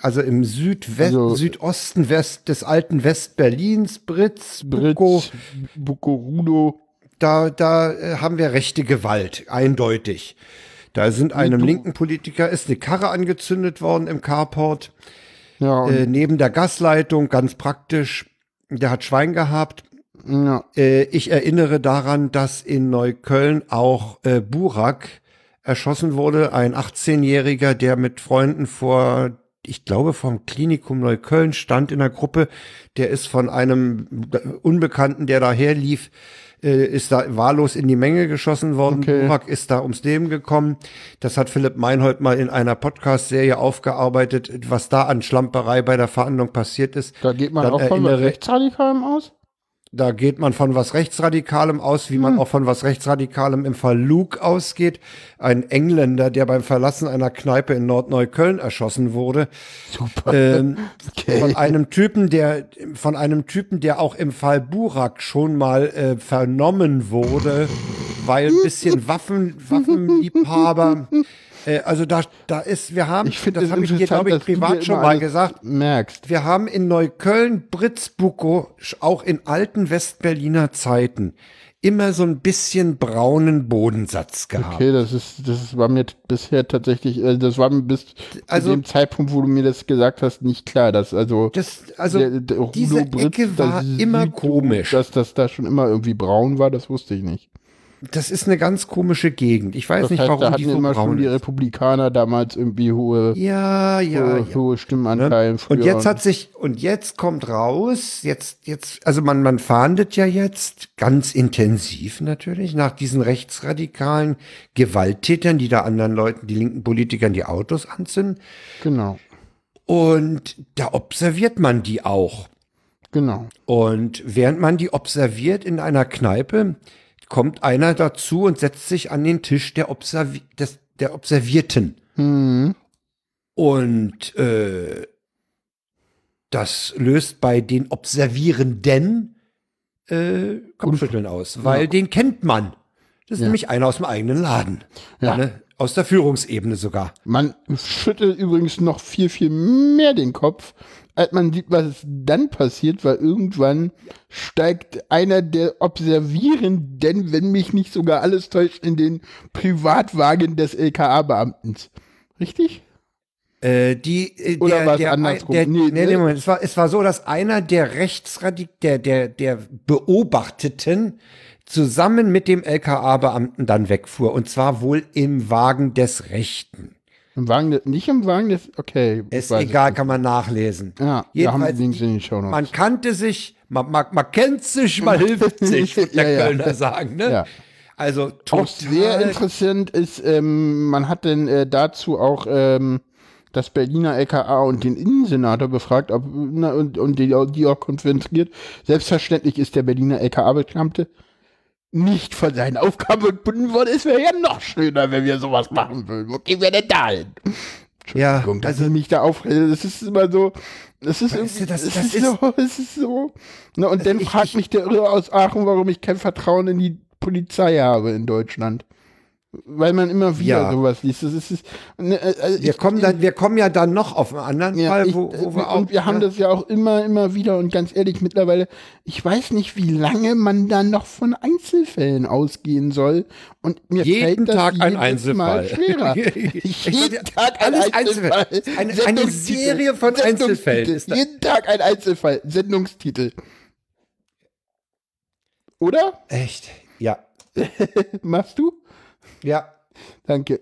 Südosten des alten Westberlins, Britz, Bukow, Bukorudo. da haben wir rechte Gewalt, eindeutig. Da sind einem linken Politiker ist eine Karre angezündet worden im Carport, Ja, und, neben der Gasleitung, ganz praktisch. Der hat Schwein gehabt. ja, Ich erinnere daran, dass in Neukölln auch Burak erschossen wurde, ein 18-Jähriger, der mit Freunden ich glaube, vom Klinikum Neukölln stand in der Gruppe. Der ist von einem Unbekannten, der daherlief, ist da wahllos in die Menge geschossen worden. Okay. Burak ist da ums Leben gekommen. Das hat Philipp Meinhold mal in einer Podcast-Serie aufgearbeitet, was da an Schlamperei bei der Verhandlung passiert ist. da geht man Dann auch von erinnere- Rechtsradikalem aus? Da geht man von was Rechtsradikalem aus, wie man auch von was Rechtsradikalem im Fall Luke ausgeht. Ein Engländer, der beim Verlassen einer Kneipe in Nordneukölln erschossen wurde. Super. Okay. Von einem Typen, der auch im Fall Burak schon mal vernommen wurde, weil ein bisschen Waffenliebhaber. Also da ist, wir haben, Ich finde das es habe ich dir, interessant, glaube ich, dass du dir privat schon immer mal alles gesagt. merkst. Wir haben in Neukölln, Britzbukow, auch in alten Westberliner Zeiten, immer so ein bisschen braunen Bodensatz gehabt. Okay, das war mir bisher tatsächlich, das war mir bis Also- zu dem Zeitpunkt, wo du mir das gesagt hast, nicht klar, dass also der diese Rudo Britz, Ecke war das immer sieht, komisch. Dass das da schon immer irgendwie braun war, das wusste ich nicht. Das ist eine ganz komische Gegend. Ich weiß Das nicht, heißt, da warum die hatten so immer schon braun die ist. Republikaner damals irgendwie hohe Stimmenanteile. Und jetzt kommt raus, also man fahndet ja jetzt ganz intensiv natürlich nach diesen rechtsradikalen Gewalttätern, die da anderen Leuten, die linken Politikern die Autos anzünden. Genau. Und da observiert man die auch. Genau. Und während man die observiert in einer Kneipe, kommt einer dazu und setzt sich an den Tisch der Observierten. Und das löst bei den Observierenden Kopfschütteln aus, weil den kennt man. Das ist nämlich einer aus dem eigenen Laden. Ja. Ne? Aus der Führungsebene sogar. Man schüttelt übrigens noch viel, viel mehr den Kopf, als man sieht, was dann passiert, weil irgendwann steigt einer der Observierenden, wenn mich nicht sogar alles täuscht, in den Privatwagen des LKA-Beamten. Richtig? Oder war es andersrum? Moment. Es war so, dass einer der der Beobachteten zusammen mit dem LKA-Beamten dann wegfuhr. Und zwar wohl im Wagen des Rechten. Nicht im Wagen des, okay. Ist egal, kann man nachlesen. Ja, jedenfalls, Links in den Shownotes. Man kannte sich, man kennt sich, man hilft sich, würde der Kölner sagen. Ne? Ja. Also total. Auch sehr interessant ist, man hat denn dazu auch das Berliner LKA und den Innensenator befragt und die auch konfrontiert. Selbstverständlich ist der Berliner LKA-Beamte nicht von seinen Aufgaben gebunden worden. Es wäre ja noch schöner, wenn wir sowas machen würden. Wo gehen wir denn da hin? Entschuldigung, dass ich mich da aufrede. Das ist immer so. Das ist so. Na, und dann fragt mich der Irre aus Aachen, warum ich kein Vertrauen in die Polizei habe in Deutschland. Weil man immer wieder sowas liest. Wir kommen ja dann noch auf einen anderen Fall, wo wir auch. Und wir haben das ja auch immer wieder und ganz ehrlich, mittlerweile, ich weiß nicht, wie lange man dann noch von Einzelfällen ausgehen soll. Und mir jeden fällt Tag das ein Einzelfall. Mal schwerer. Jeden Tag ein Einzelfall. Eine Serie von Einzelfällen. Jeden Tag ein Einzelfall. Sendungstitel. Oder? Echt? Ja. Machst du? Ja. Danke.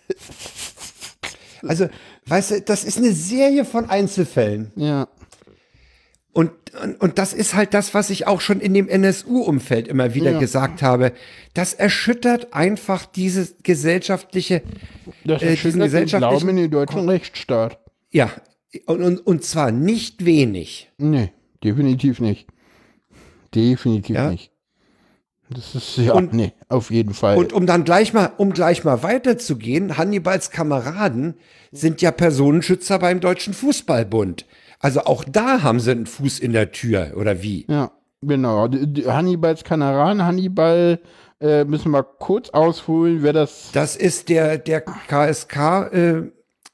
Also, weißt du, das ist eine Serie von Einzelfällen. Ja. Und das ist halt das, was ich auch schon in dem NSU-Umfeld immer wieder gesagt habe. Das erschüttert einfach dieses gesellschaftliche, diesen gesellschaftlichen Glauben in den deutschen Rechtsstaat. Ja, und zwar nicht wenig. Nee, definitiv nicht. Definitiv nicht. Das ist auf jeden Fall. Und um gleich mal weiterzugehen, Hannibals Kameraden sind ja Personenschützer beim Deutschen Fußballbund. Also auch da haben sie einen Fuß in der Tür, oder wie? Ja, genau. Hannibals Kameraden, Hannibal, müssen wir kurz ausholen, wer das. Das ist der KSK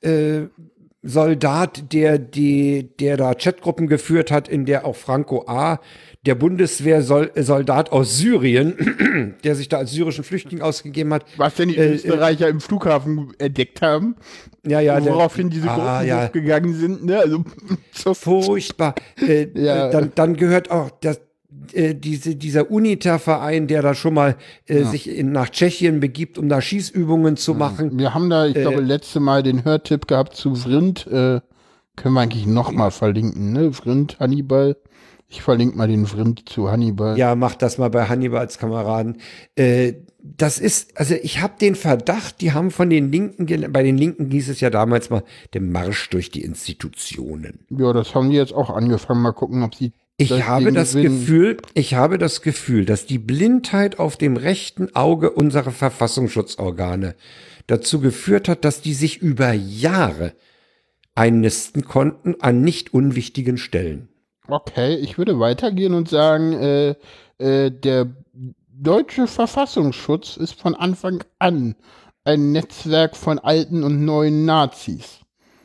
Soldat, der da Chatgruppen geführt hat, in der auch Franco A., der Bundeswehrsoldat aus Syrien, der sich da als syrischen Flüchtling ausgegeben hat. Was denn die Österreicher im Flughafen entdeckt haben. Ja. Woraufhin diese Gruppen hochgegangen sind. Ne? Also, so furchtbar. Dann gehört auch dieser UNITA-Verein, der da schon mal sich nach Tschechien begibt, um da Schießübungen zu machen. Wir haben da, ich glaube, letzte Mal den Hörtipp gehabt zu Vrind. Können wir eigentlich noch mal verlinken, ne? Vrind, Hannibal. Ich verlinke mal den Vrind zu Hannibal. Ja, mach das mal bei Hannibals Kameraden. Das ist, also ich habe den Verdacht, die haben von den Linken, bei den Linken hieß es ja damals mal, der Marsch durch die Institutionen. Ja, das haben die jetzt auch angefangen. Mal gucken, ob sie Ich habe das Gefühl, dass die Blindheit auf dem rechten Auge unserer Verfassungsschutzorgane dazu geführt hat, dass die sich über Jahre einnisten konnten an nicht unwichtigen Stellen. Okay, ich würde weitergehen und sagen, der deutsche Verfassungsschutz ist von Anfang an ein Netzwerk von alten und neuen Nazis.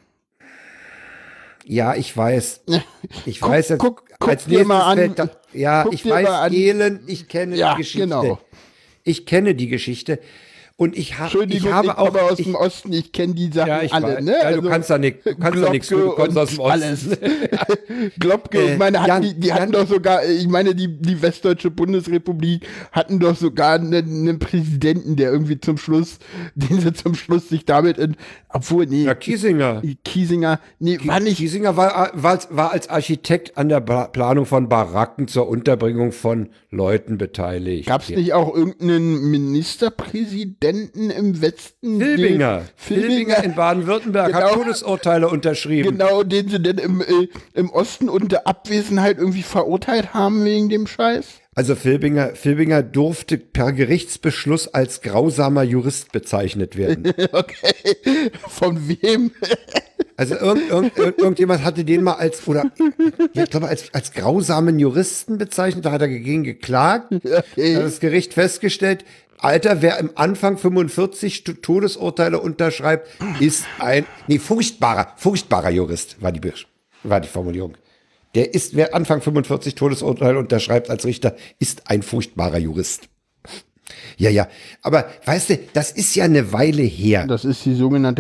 Ja, ich weiß. Ich Guck weiß, dir als nächstes mal an. fällt da, ja, Guck ich dir mal weiß, an. Elend, ich kenne die Geschichte. Genau. Ich kenne die Geschichte. Und ich habe auch komme aus dem Osten, ich kenne die Sachen alle. Ne? Ja, du kannst da nichts, du kannst du kommst aus dem Osten. Alles. Globke, ich meine, die hatten doch sogar, ich meine, die Westdeutsche Bundesrepublik hatten doch sogar einen Präsidenten, der irgendwie den sie zum Schluss sich damit Ja, Kiesinger. War nicht. Kiesinger war als Architekt an der Planung von Baracken zur Unterbringung von Leuten beteiligt. Gab es nicht auch irgendeinen Ministerpräsidenten, Studenten im Westen. Filbinger in Baden-Württemberg hat Todesurteile unterschrieben. Genau, den sie dann im Osten unter Abwesenheit irgendwie verurteilt haben wegen dem Scheiß. Also Filbinger durfte per Gerichtsbeschluss als grausamer Jurist bezeichnet werden. Okay, von wem? Also irgendjemand hatte den mal ich glaube als grausamen Juristen bezeichnet, da hat er gegen geklagt. Okay. Da hat das Gericht festgestellt, Alter, wer im Anfang 45 Todesurteile unterschreibt, ist furchtbarer Jurist, war die Formulierung. Wer Anfang 45 Todesurteile unterschreibt als Richter, ist ein furchtbarer Jurist. Ja, aber weißt du, das ist ja eine Weile her. Das ist die sogenannte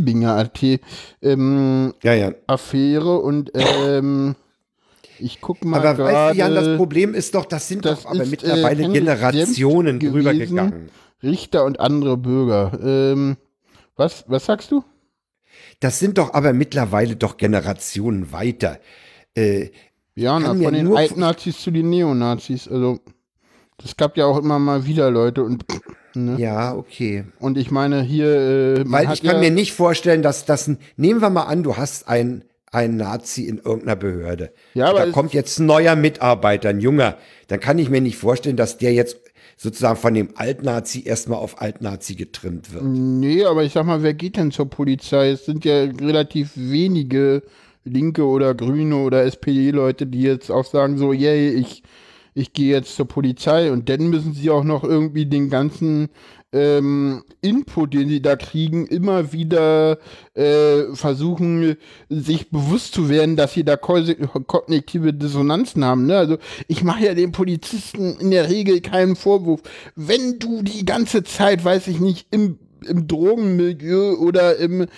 Filbinger-Affäre und ich guck mal aber gerade. weißt du, Jan, das Problem ist doch, das sind doch aber mittlerweile Generationen rübergegangen. Richter und andere Bürger. Was sagst du? Das sind doch aber mittlerweile doch Generationen weiter. Von den Altnazis zu den Neonazis. Also, das gab ja auch immer mal wieder Leute und. Ne? Ja, okay. Und ich meine, hier. Weil ich kann mir nicht vorstellen, dass nehmen wir mal an, du hast einen Nazi in irgendeiner Behörde. Ja, aber da kommt jetzt ein neuer Mitarbeiter, ein Junger. Dann kann ich mir nicht vorstellen, dass der jetzt sozusagen von dem Altnazi erstmal auf Altnazi getrimmt wird. Nee, aber ich sag mal, wer geht denn zur Polizei? Es sind ja relativ wenige Linke oder Grüne oder SPD-Leute, die jetzt auch sagen so, yay, ich gehe jetzt zur Polizei und dann müssen sie auch noch irgendwie den ganzen Input, den sie da kriegen, immer wieder versuchen, sich bewusst zu werden, dass sie da kognitive Dissonanzen haben. Ne? Also ich mache ja den Polizisten in der Regel keinen Vorwurf. Wenn du die ganze Zeit, weiß ich nicht, im Drogenmilieu oder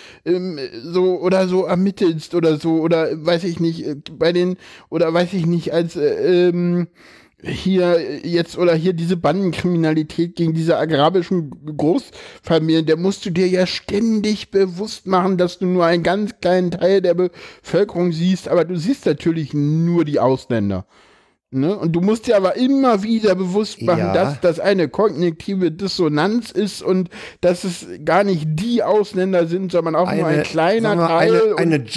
so ermittelst oder so oder weiß ich nicht als hier diese Bandenkriminalität gegen diese arabischen Großfamilien, der musst du dir ja ständig bewusst machen, dass du nur einen ganz kleinen Teil der Bevölkerung siehst, aber du siehst natürlich nur die Ausländer. Ne? Und du musst dir aber immer wieder bewusst machen, dass das eine kognitive Dissonanz ist und dass es gar nicht die Ausländer sind, sondern auch nur ein kleiner Teil.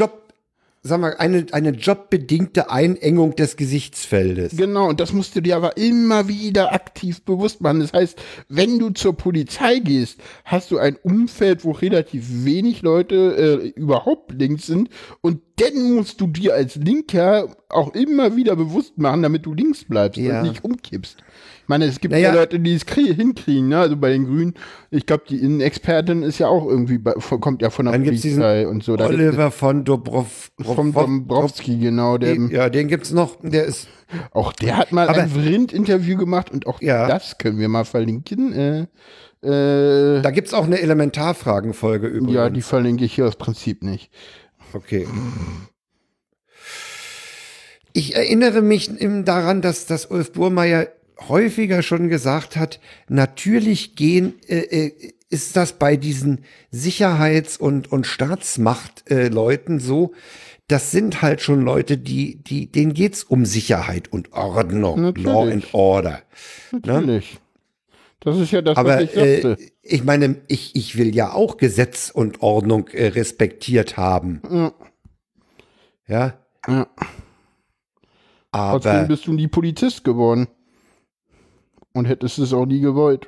Eine jobbedingte Einengung des Gesichtsfeldes. Genau, und das musst du dir aber immer wieder aktiv bewusst machen. Das heißt, wenn du zur Polizei gehst, hast du ein Umfeld, wo relativ wenig Leute überhaupt links sind und dann musst du dir als Linker auch immer wieder bewusst machen, damit du links bleibst und nicht umkippst. Ich meine, es gibt ja Leute, die es hinkriegen, ne? Also bei den Grünen. Ich glaube, die Innenexpertin ist ja auch irgendwie, kommt ja von der Polizei und so. Oliver von Dombrowski, genau. Den gibt's noch, der ist. Auch der hat mal ein Vrind-Interview gemacht und auch das können wir mal verlinken. Da gibt's auch eine Elementarfragenfolge übrigens. Ja, die verlinke ich hier aus Prinzip nicht. Okay. Ich erinnere mich daran, dass Ulf Burmeier häufiger schon gesagt hat, natürlich ist das bei diesen Sicherheits- und Staatsmachtleuten so, das sind halt schon Leute, denen geht's um Sicherheit und Ordnung, natürlich. Law and Order. Natürlich. Ne? Das ist ja das, aber, was ich sagte. Ich meine, ich will ja auch Gesetz und Ordnung respektiert haben. Ja. Aber trotzdem bist du nie Polizist geworden. Und hättest es auch nie gewollt.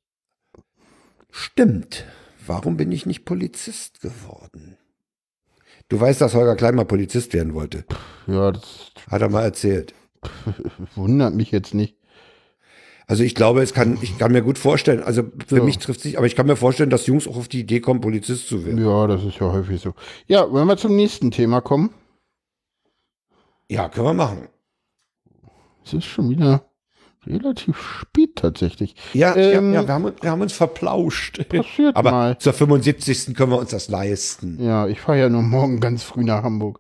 Stimmt. Warum bin ich nicht Polizist geworden? Du weißt, dass Holger Klein mal Polizist werden wollte. Ja, das hat er mal erzählt. Wundert mich jetzt nicht. Also ich glaube, ich kann mir gut vorstellen, also für mich trifft es nicht, aber ich kann mir vorstellen, dass Jungs auch auf die Idee kommen, Polizist zu werden. Ja, das ist ja häufig so. Ja, wollen wir zum nächsten Thema kommen? Ja, können wir machen. Es ist schon wieder relativ spät tatsächlich. Ja, wir haben uns verplauscht. Passiert aber mal. Zur 75. können wir uns das leisten. Ja, ich fahre ja nur morgen ganz früh nach Hamburg.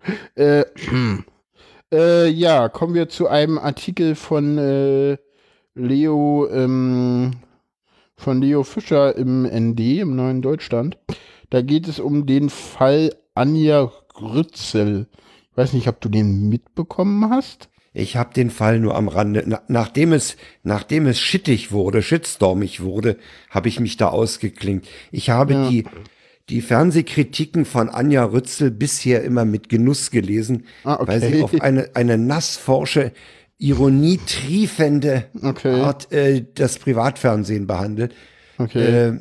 Ja, kommen wir zu einem Artikel von Leo Fischer im ND, im Neuen Deutschland. Da geht es um den Fall Anja Grützel. Ich weiß nicht, ob du den mitbekommen hast. Ich habe den Fall nur am Rande, nachdem es schittig wurde, shitstormig wurde, habe ich mich da ausgeklinkt. Ich habe die Fernsehkritiken von Anja Rützel bisher immer mit Genuss gelesen, okay. weil sie auf eine nassforsche, ironietriefende Art das Privatfernsehen behandelt. Okay.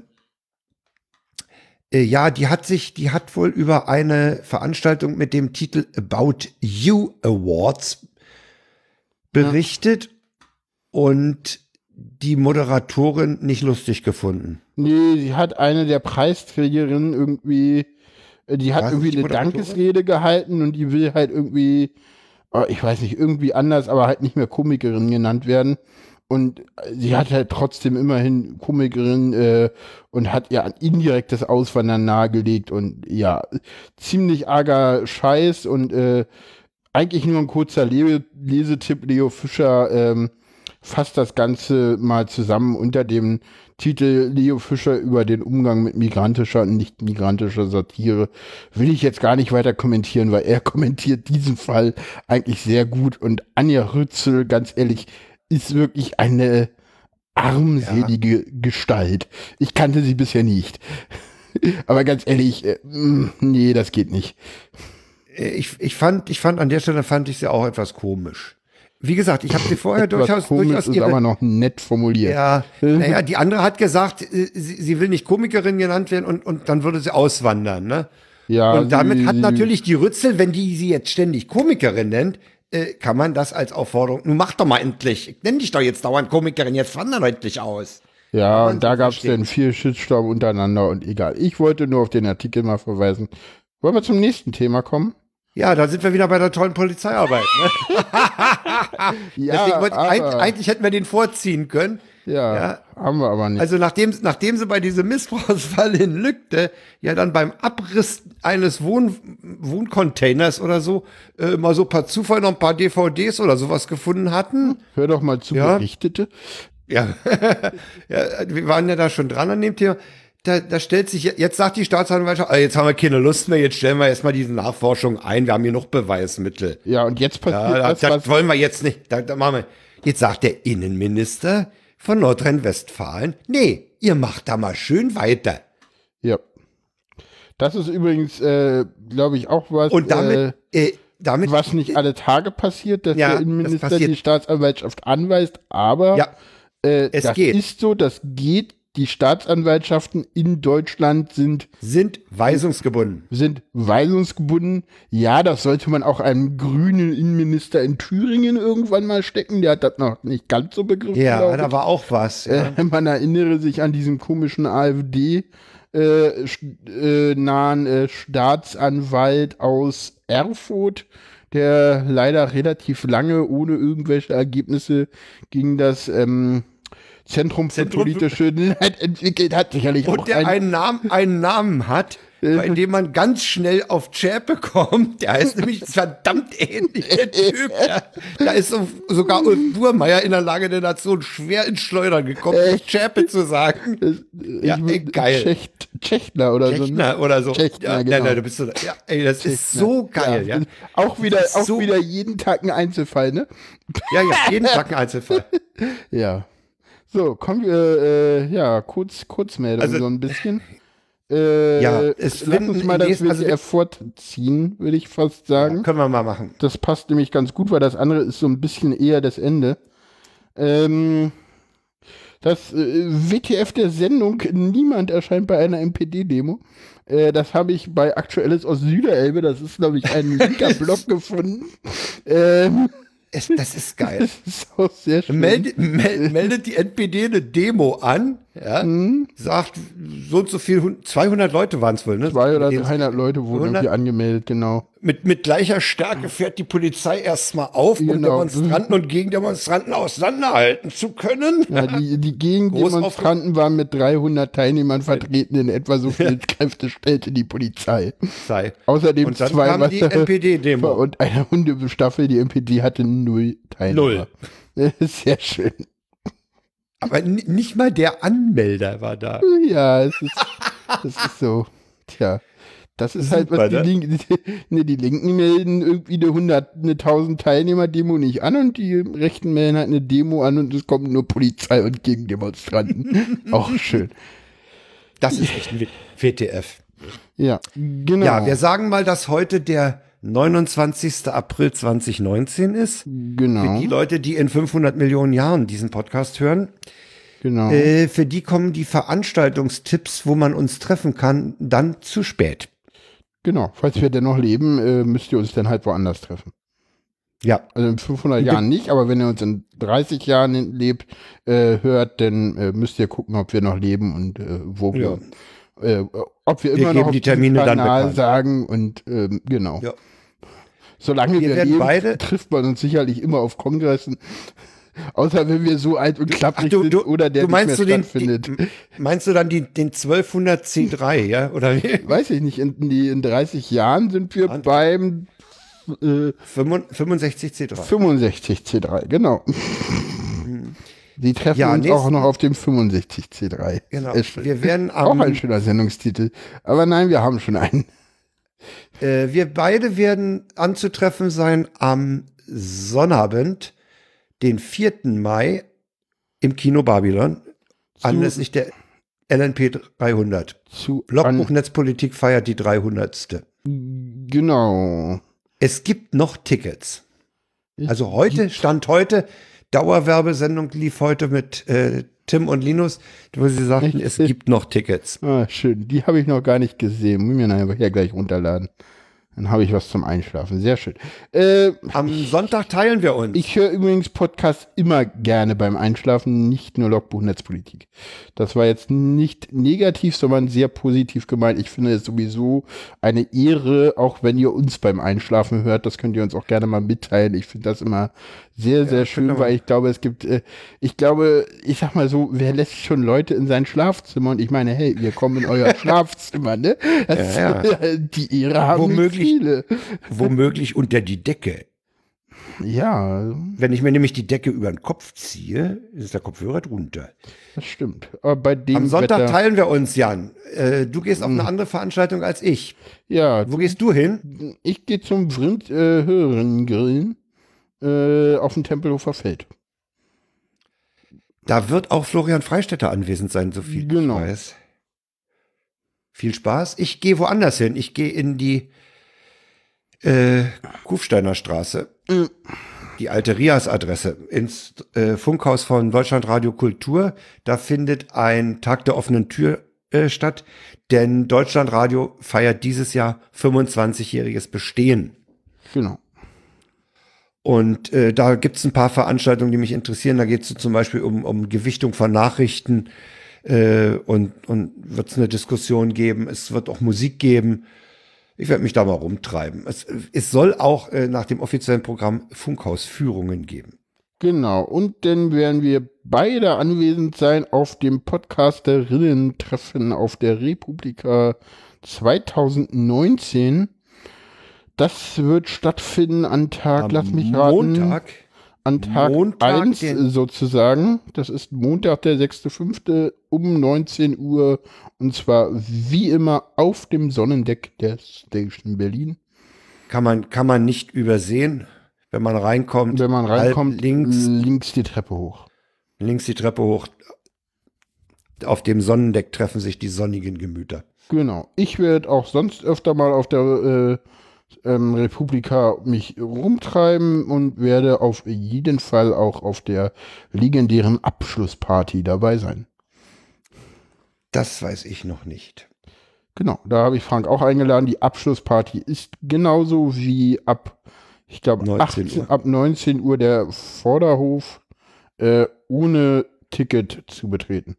Ja, die hat wohl über eine Veranstaltung mit dem Titel About You Awards berichtet und die Moderatorin nicht lustig gefunden. Nee, sie hat eine der Preisträgerinnen irgendwie, die hat irgendwie eine Dankesrede gehalten und die will halt irgendwie, ich weiß nicht, irgendwie anders, aber halt nicht mehr Komikerin genannt werden. Und sie hat halt trotzdem immerhin Komikerin und hat ihr ein indirektes Auswandern nahegelegt und ja, ziemlich arger Scheiß und eigentlich nur ein kurzer Lesetipp. Leo Fischer fasst das Ganze mal zusammen unter dem Titel Leo Fischer über den Umgang mit migrantischer und nicht migrantischer Satire. Will ich jetzt gar nicht weiter kommentieren, weil er kommentiert diesen Fall eigentlich sehr gut und Anja Rützel, ganz ehrlich, ist wirklich eine armselige Gestalt. Ich kannte sie bisher nicht. Aber ganz ehrlich, nee, das geht nicht. Ich fand an der Stelle fand ich sie auch etwas komisch. Wie gesagt, ich habe sie vorher durchaus ist aber noch nett formuliert. Ja, naja, die andere hat gesagt, sie will nicht Komikerin genannt werden und dann würde sie auswandern, ne? Ja. Und damit hat natürlich die Rützel, wenn die sie jetzt ständig Komikerin nennt, kann man das als Aufforderung, nun mach doch mal endlich, ich nenn dich doch jetzt dauernd Komikerin, jetzt wandern doch endlich aus. Ja, und da gab es dann viel Shitstorm untereinander und egal. Ich wollte nur auf den Artikel mal verweisen. Wollen wir zum nächsten Thema kommen? Ja, da sind wir wieder bei der tollen Polizeiarbeit. Ne? Ja, eigentlich hätten wir den vorziehen können. Ja, haben wir aber nicht. Also nachdem sie bei diesem Missbrauchsfall in Lügde ja dann beim Abriss eines Wohncontainers oder so mal so per Zufall noch ein paar DVDs oder sowas gefunden hatten. Hör doch mal zu, Berichtete. Ja. Ja, wir waren ja da schon dran an dem Thema. Da stellt sich, jetzt sagt die Staatsanwaltschaft, jetzt haben wir keine Lust mehr, jetzt stellen wir erstmal diese Nachforschung ein, wir haben hier noch Beweismittel. Ja, und jetzt passiert das wollen wir jetzt nicht, da machen wir. Jetzt sagt der Innenminister von Nordrhein-Westfalen, nee, ihr macht da mal schön weiter. Ja. Das ist übrigens, glaube ich, auch was, und damit was nicht alle Tage passiert, dass der Innenminister die Staatsanwaltschaft anweist, aber das geht. Ist so, das geht. Die Staatsanwaltschaften in Deutschland sind weisungsgebunden. Ja, das sollte man auch einem grünen Innenminister in Thüringen irgendwann mal stecken. Der hat das noch nicht ganz so begriffen. Ja, da war auch was. Ja. Man erinnere sich an diesen komischen AfD nahen Staatsanwalt aus Erfurt, der leider relativ lange ohne irgendwelche Ergebnisse gegen das Zentrum für politische Leid entwickelt hat, sicherlich und auch der einen Namen hat, bei dem man ganz schnell auf Chärpe kommt. Der heißt nämlich verdammt ähnlich, der Typ. Da ist sogar Ulf Burmeier in der Lage der Nation schwer ins Schleudern gekommen, Chärpe zu sagen. Ja, geil. Tschechner oder so. Tschechner oder so. Tschechner, genau. Nein, du bist so, ja, ey, das Tschechner. Ist so geil, ja. Auch wieder jeden Tag ein Einzelfall, ne? Ja, jeden Tag ein Einzelfall. Ja. So, kommen wir, Kurzmeldung also, so ein bisschen. Lass uns mal das WTF vorziehen, würde ich fast sagen. Ja, können wir mal machen. Das passt nämlich ganz gut, weil das andere ist so ein bisschen eher das Ende. Das WTF der Sendung, niemand erscheint bei einer NPD-Demo. Das habe ich bei Aktuelles aus Süderelbe, das ist, glaube ich, ein linker Blog gefunden. Das ist geil. Das ist auch sehr schön. Meldet die NPD eine Demo an, ja, sagt so und so viel, 200 Leute waren es wohl, ne? 200 oder 300 Leute wurden irgendwie angemeldet, genau. Mit gleicher Stärke fährt die Polizei erstmal auf, um Demonstranten und Gegendemonstranten auseinanderhalten zu können. Ja, die Gegendemonstranten waren mit 300 Teilnehmern vertreten, in etwa so viele Kräfte stellte die Polizei. Außerdem und dann kam die NPD-Demo. Und eine Hundestaffel, die NPD hatte 0 Teilnehmer. 0. Sehr schön. Aber nicht mal der Anmelder war da. Ja, das ist so. Tja. Das ist halt, Super, was die Linken, die Linken melden irgendwie eine 1000 Teilnehmer-Demo nicht an und die Rechten melden halt eine Demo an und es kommt nur Polizei und Gegendemonstranten. Auch schön. Das ist echt ein WTF. Ja, genau. Ja, wir sagen mal, dass heute der 29. April 2019 ist. Genau. Für die Leute, die in 500 Millionen Jahren diesen Podcast hören. Genau. Für die kommen die Veranstaltungstipps, wo man uns treffen kann, dann zu spät. Genau. Falls wir dennoch leben, müsst ihr uns dann halt woanders treffen. Ja. Also in 500 Jahren nicht, aber wenn ihr uns in 30 Jahren hört, dann müsst ihr gucken, ob wir noch leben und wo wir, ob wir immer noch auf die Termine diesem dann Kanal bekannt. sagen und genau. Ja. Solange wir werden leben, beide trifft man uns sicherlich immer auf Kongressen. Außer wenn wir so alt und klapprig sind oder der du meinst nicht mehr stattfindet. Meinst du dann den 1200 C3, ja? Oder wie? Weiß ich nicht, in 30 Jahren sind wir beim 65 C3. 65 C3, genau. Die treffen uns auch noch auf dem 65 C3. Genau. Wir werden auch ein schöner Sendungstitel. Aber nein, wir haben schon einen. Wir beide werden anzutreffen sein am Sonnabend, den 4. Mai im Kino Babylon, anlässlich der LNP 300. Logbuch Netzpolitik feiert die 300. Genau. Es gibt noch Tickets. Also heute, Stand heute, Dauerwerbesendung lief heute mit Tim und Linus, wo sie sagten, es gibt noch Tickets. Ah, schön. Die habe ich noch gar nicht gesehen. Muss ich mir nachher gleich runterladen. Dann habe ich was zum Einschlafen. Sehr schön. Am Sonntag teilen wir uns. Ich höre übrigens Podcasts immer gerne beim Einschlafen, nicht nur Logbuch Netzpolitik. Das war jetzt nicht negativ, sondern sehr positiv gemeint. Ich finde es sowieso eine Ehre, auch wenn ihr uns beim Einschlafen hört. Das könnt ihr uns auch gerne mal mitteilen. Ich finde das immer sehr, sehr schön, weil ich glaube, ich sag mal so, wer lässt schon Leute in sein Schlafzimmer? Und ich meine, hey, wir kommen in euer Schlafzimmer, ne? Die Ehre haben nicht viele. Womöglich unter die Decke. Ja. Wenn ich mir nämlich die Decke über den Kopf ziehe, ist der Kopfhörer drunter. Das stimmt. Aber bei dem Am Sonntag teilen wir uns, Jan. Du gehst auf eine andere Veranstaltung als ich. Ja. Wo gehst du hin? Ich gehe zum Hörengrillen auf dem Tempelhofer Feld. Da wird auch Florian Freistetter anwesend sein, so viel ich weiß. Viel Spaß. Ich gehe woanders hin. Ich gehe in die Kufsteiner Straße. Die alte Rias-Adresse. Ins Funkhaus von Deutschlandradio Kultur. Da findet ein Tag der offenen Tür statt. Denn Deutschlandradio feiert dieses Jahr 25-jähriges Bestehen. Genau. Und da gibt es ein paar Veranstaltungen, die mich interessieren. Da geht es zum Beispiel um Gewichtung von Nachrichten und wird es eine Diskussion geben. Es wird auch Musik geben. Ich werde mich da mal rumtreiben. Es soll auch nach dem offiziellen Programm Funkhausführungen geben. Genau. Und dann werden wir beide anwesend sein auf dem Podcasterinnen-Treffen auf der Republika 2019. Das wird stattfinden an Tag, lass mich raten. An Tag 1 sozusagen. Das ist Montag, der 6.5. um 19 Uhr. Und zwar wie immer auf dem Sonnendeck der Station Berlin. Kann man nicht übersehen, wenn man reinkommt. Links die Treppe hoch. Links die Treppe hoch. Auf dem Sonnendeck treffen sich die sonnigen Gemüter. Genau. Ich werde auch sonst öfter mal auf der Republika mich rumtreiben und werde auf jeden Fall auch auf der legendären Abschlussparty dabei sein. Das weiß ich noch nicht. Genau, da habe ich Frank auch eingeladen. Die Abschlussparty ist genauso wie ab 19 Uhr der Vorderhof ohne Ticket zu betreten.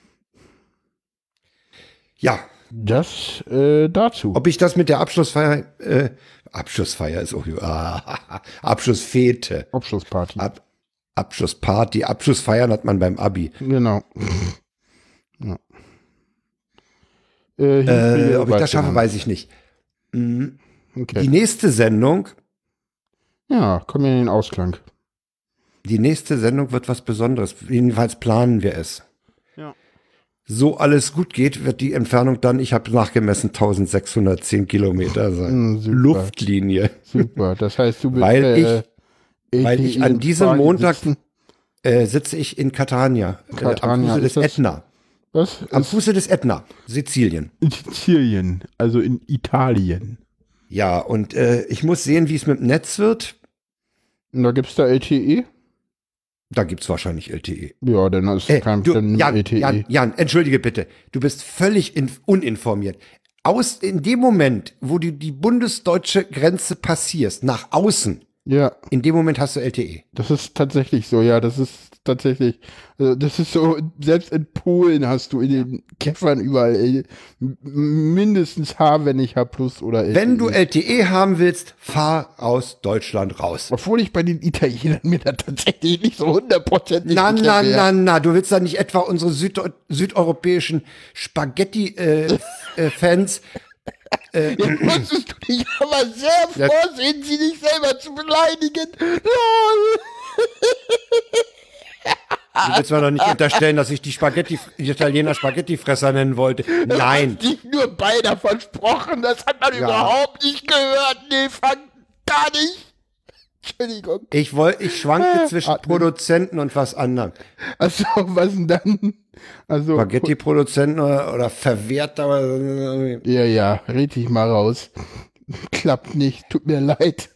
Ja. Das dazu. Ob ich das mit der Abschlussfeier ist auch Abschlussfete. Abschlussparty. Abschlussparty. Abschlussfeiern hat man beim Abi. Genau. Ja. Ob ich das schaffe, weiß ich nicht. Okay. Die nächste Sendung. Ja, kommen wir in den Ausklang. Die nächste Sendung wird was Besonderes. Jedenfalls planen wir es. Ja. so alles gut geht, wird die Entfernung dann, ich habe nachgemessen, 1610 Kilometer sein. Super. Luftlinie. Super, das heißt, du bist Weil ich an diesem Montag sitzen. sitze ich in Catania, Catania, am Fuße ist des das- Ätna. Was? Am Fuße des Ätna, Sizilien. In Sizilien, also in Italien. Ja, und ich muss sehen, wie es mit dem Netz wird. Und da gibt's da LTE? Da gibt's wahrscheinlich LTE. Ja, dann ist kein dann LTE. Jan, entschuldige bitte. Du bist völlig uninformiert. In dem Moment, wo du die bundesdeutsche Grenze passierst, nach außen, Ja, in dem Moment hast du LTE. das ist tatsächlich so, ja, das ist tatsächlich, also das ist so, selbst in Polen hast du in den Käffern überall mindestens H, wenn nicht H+ oder LTE. Wenn du LTE haben willst, fahr aus Deutschland raus. Obwohl ich bei den Italienern mir da tatsächlich nicht so 100% Na, du willst da nicht etwa unsere südeuropäischen Spaghetti-Fans Jetzt musstest du dich aber sehr vorsehen, sie nicht selber zu beleidigen. LOL. Du willst mir doch nicht unterstellen, dass ich die Italiener Spaghettifresser nennen wollte. Nein. Nicht nur beinahe versprochen, das hat man überhaupt nicht gehört. Nee, fang gar nicht. Entschuldigung. Ich schwankte zwischen Produzenten und was anderem. Achso, was denn dann? Also, Spaghetti-Produzenten oder Verwerter. Oder ja, red dich mal raus. Klappt nicht, tut mir leid.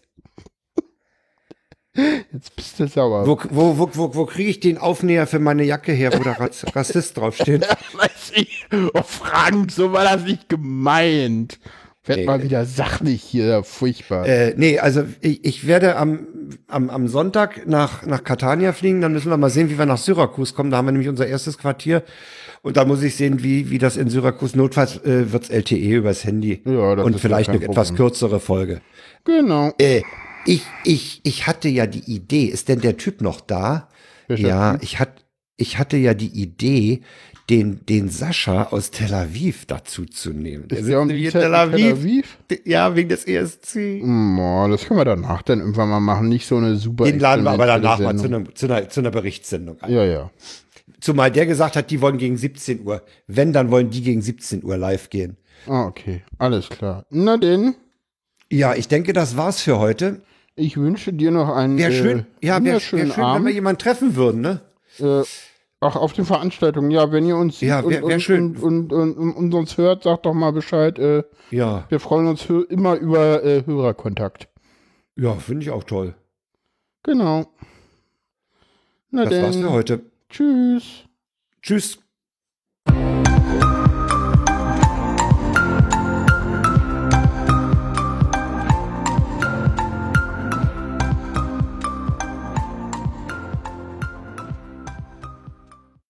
Jetzt bist du sauer. Wo kriege ich den Aufnäher für meine Jacke her, wo da Rassist draufsteht? Weiß ich. Oh, Frank, so war das nicht gemeint. Werd mal wieder sachlich hier, furchtbar. Nee, also ich werde am Sonntag nach Catania fliegen, dann müssen wir mal sehen, wie wir nach Syrakus kommen. Da haben wir nämlich unser erstes Quartier. Und da muss ich sehen, wie das in Syrakus, notfalls wird's LTE übers Handy. Ja, das und ist vielleicht ja eine kein etwas Problem. kürzere Folge. Genau. Ich hatte ja die Idee, ist denn der Typ noch da? Welcher Ja, Typ? ich hatte ja die Idee, den Sascha aus Tel Aviv dazu zu nehmen. Der Ist sitzt der um nämlich die in Zeit Tel in Tel Aviv. Aviv? Ja, wegen des ESC. Oh, das können wir danach dann irgendwann mal machen. Nicht so eine super Den laden wir aber danach mal Sendung. zu einer Berichtssendung ein. Ja. Zumal der gesagt hat, die wollen gegen 17 Uhr. Wenn, dann wollen die gegen 17 Uhr live gehen. Ah, okay. Alles klar. Na denn, Ja, ich denke, das war's für heute. ich wünsche dir noch einen Wäre schön, wär schön, wenn Abend. wir jemanden treffen würden, ne? Auch auf den Veranstaltungen. Ja, wenn ihr uns Ja, sieht wär schön. und uns hört, sagt doch mal Bescheid. Ja, Wir freuen uns immer über Hörerkontakt. ja, finde ich auch toll. Genau. Na Das war's denn, für heute. tschüss. Tschüss.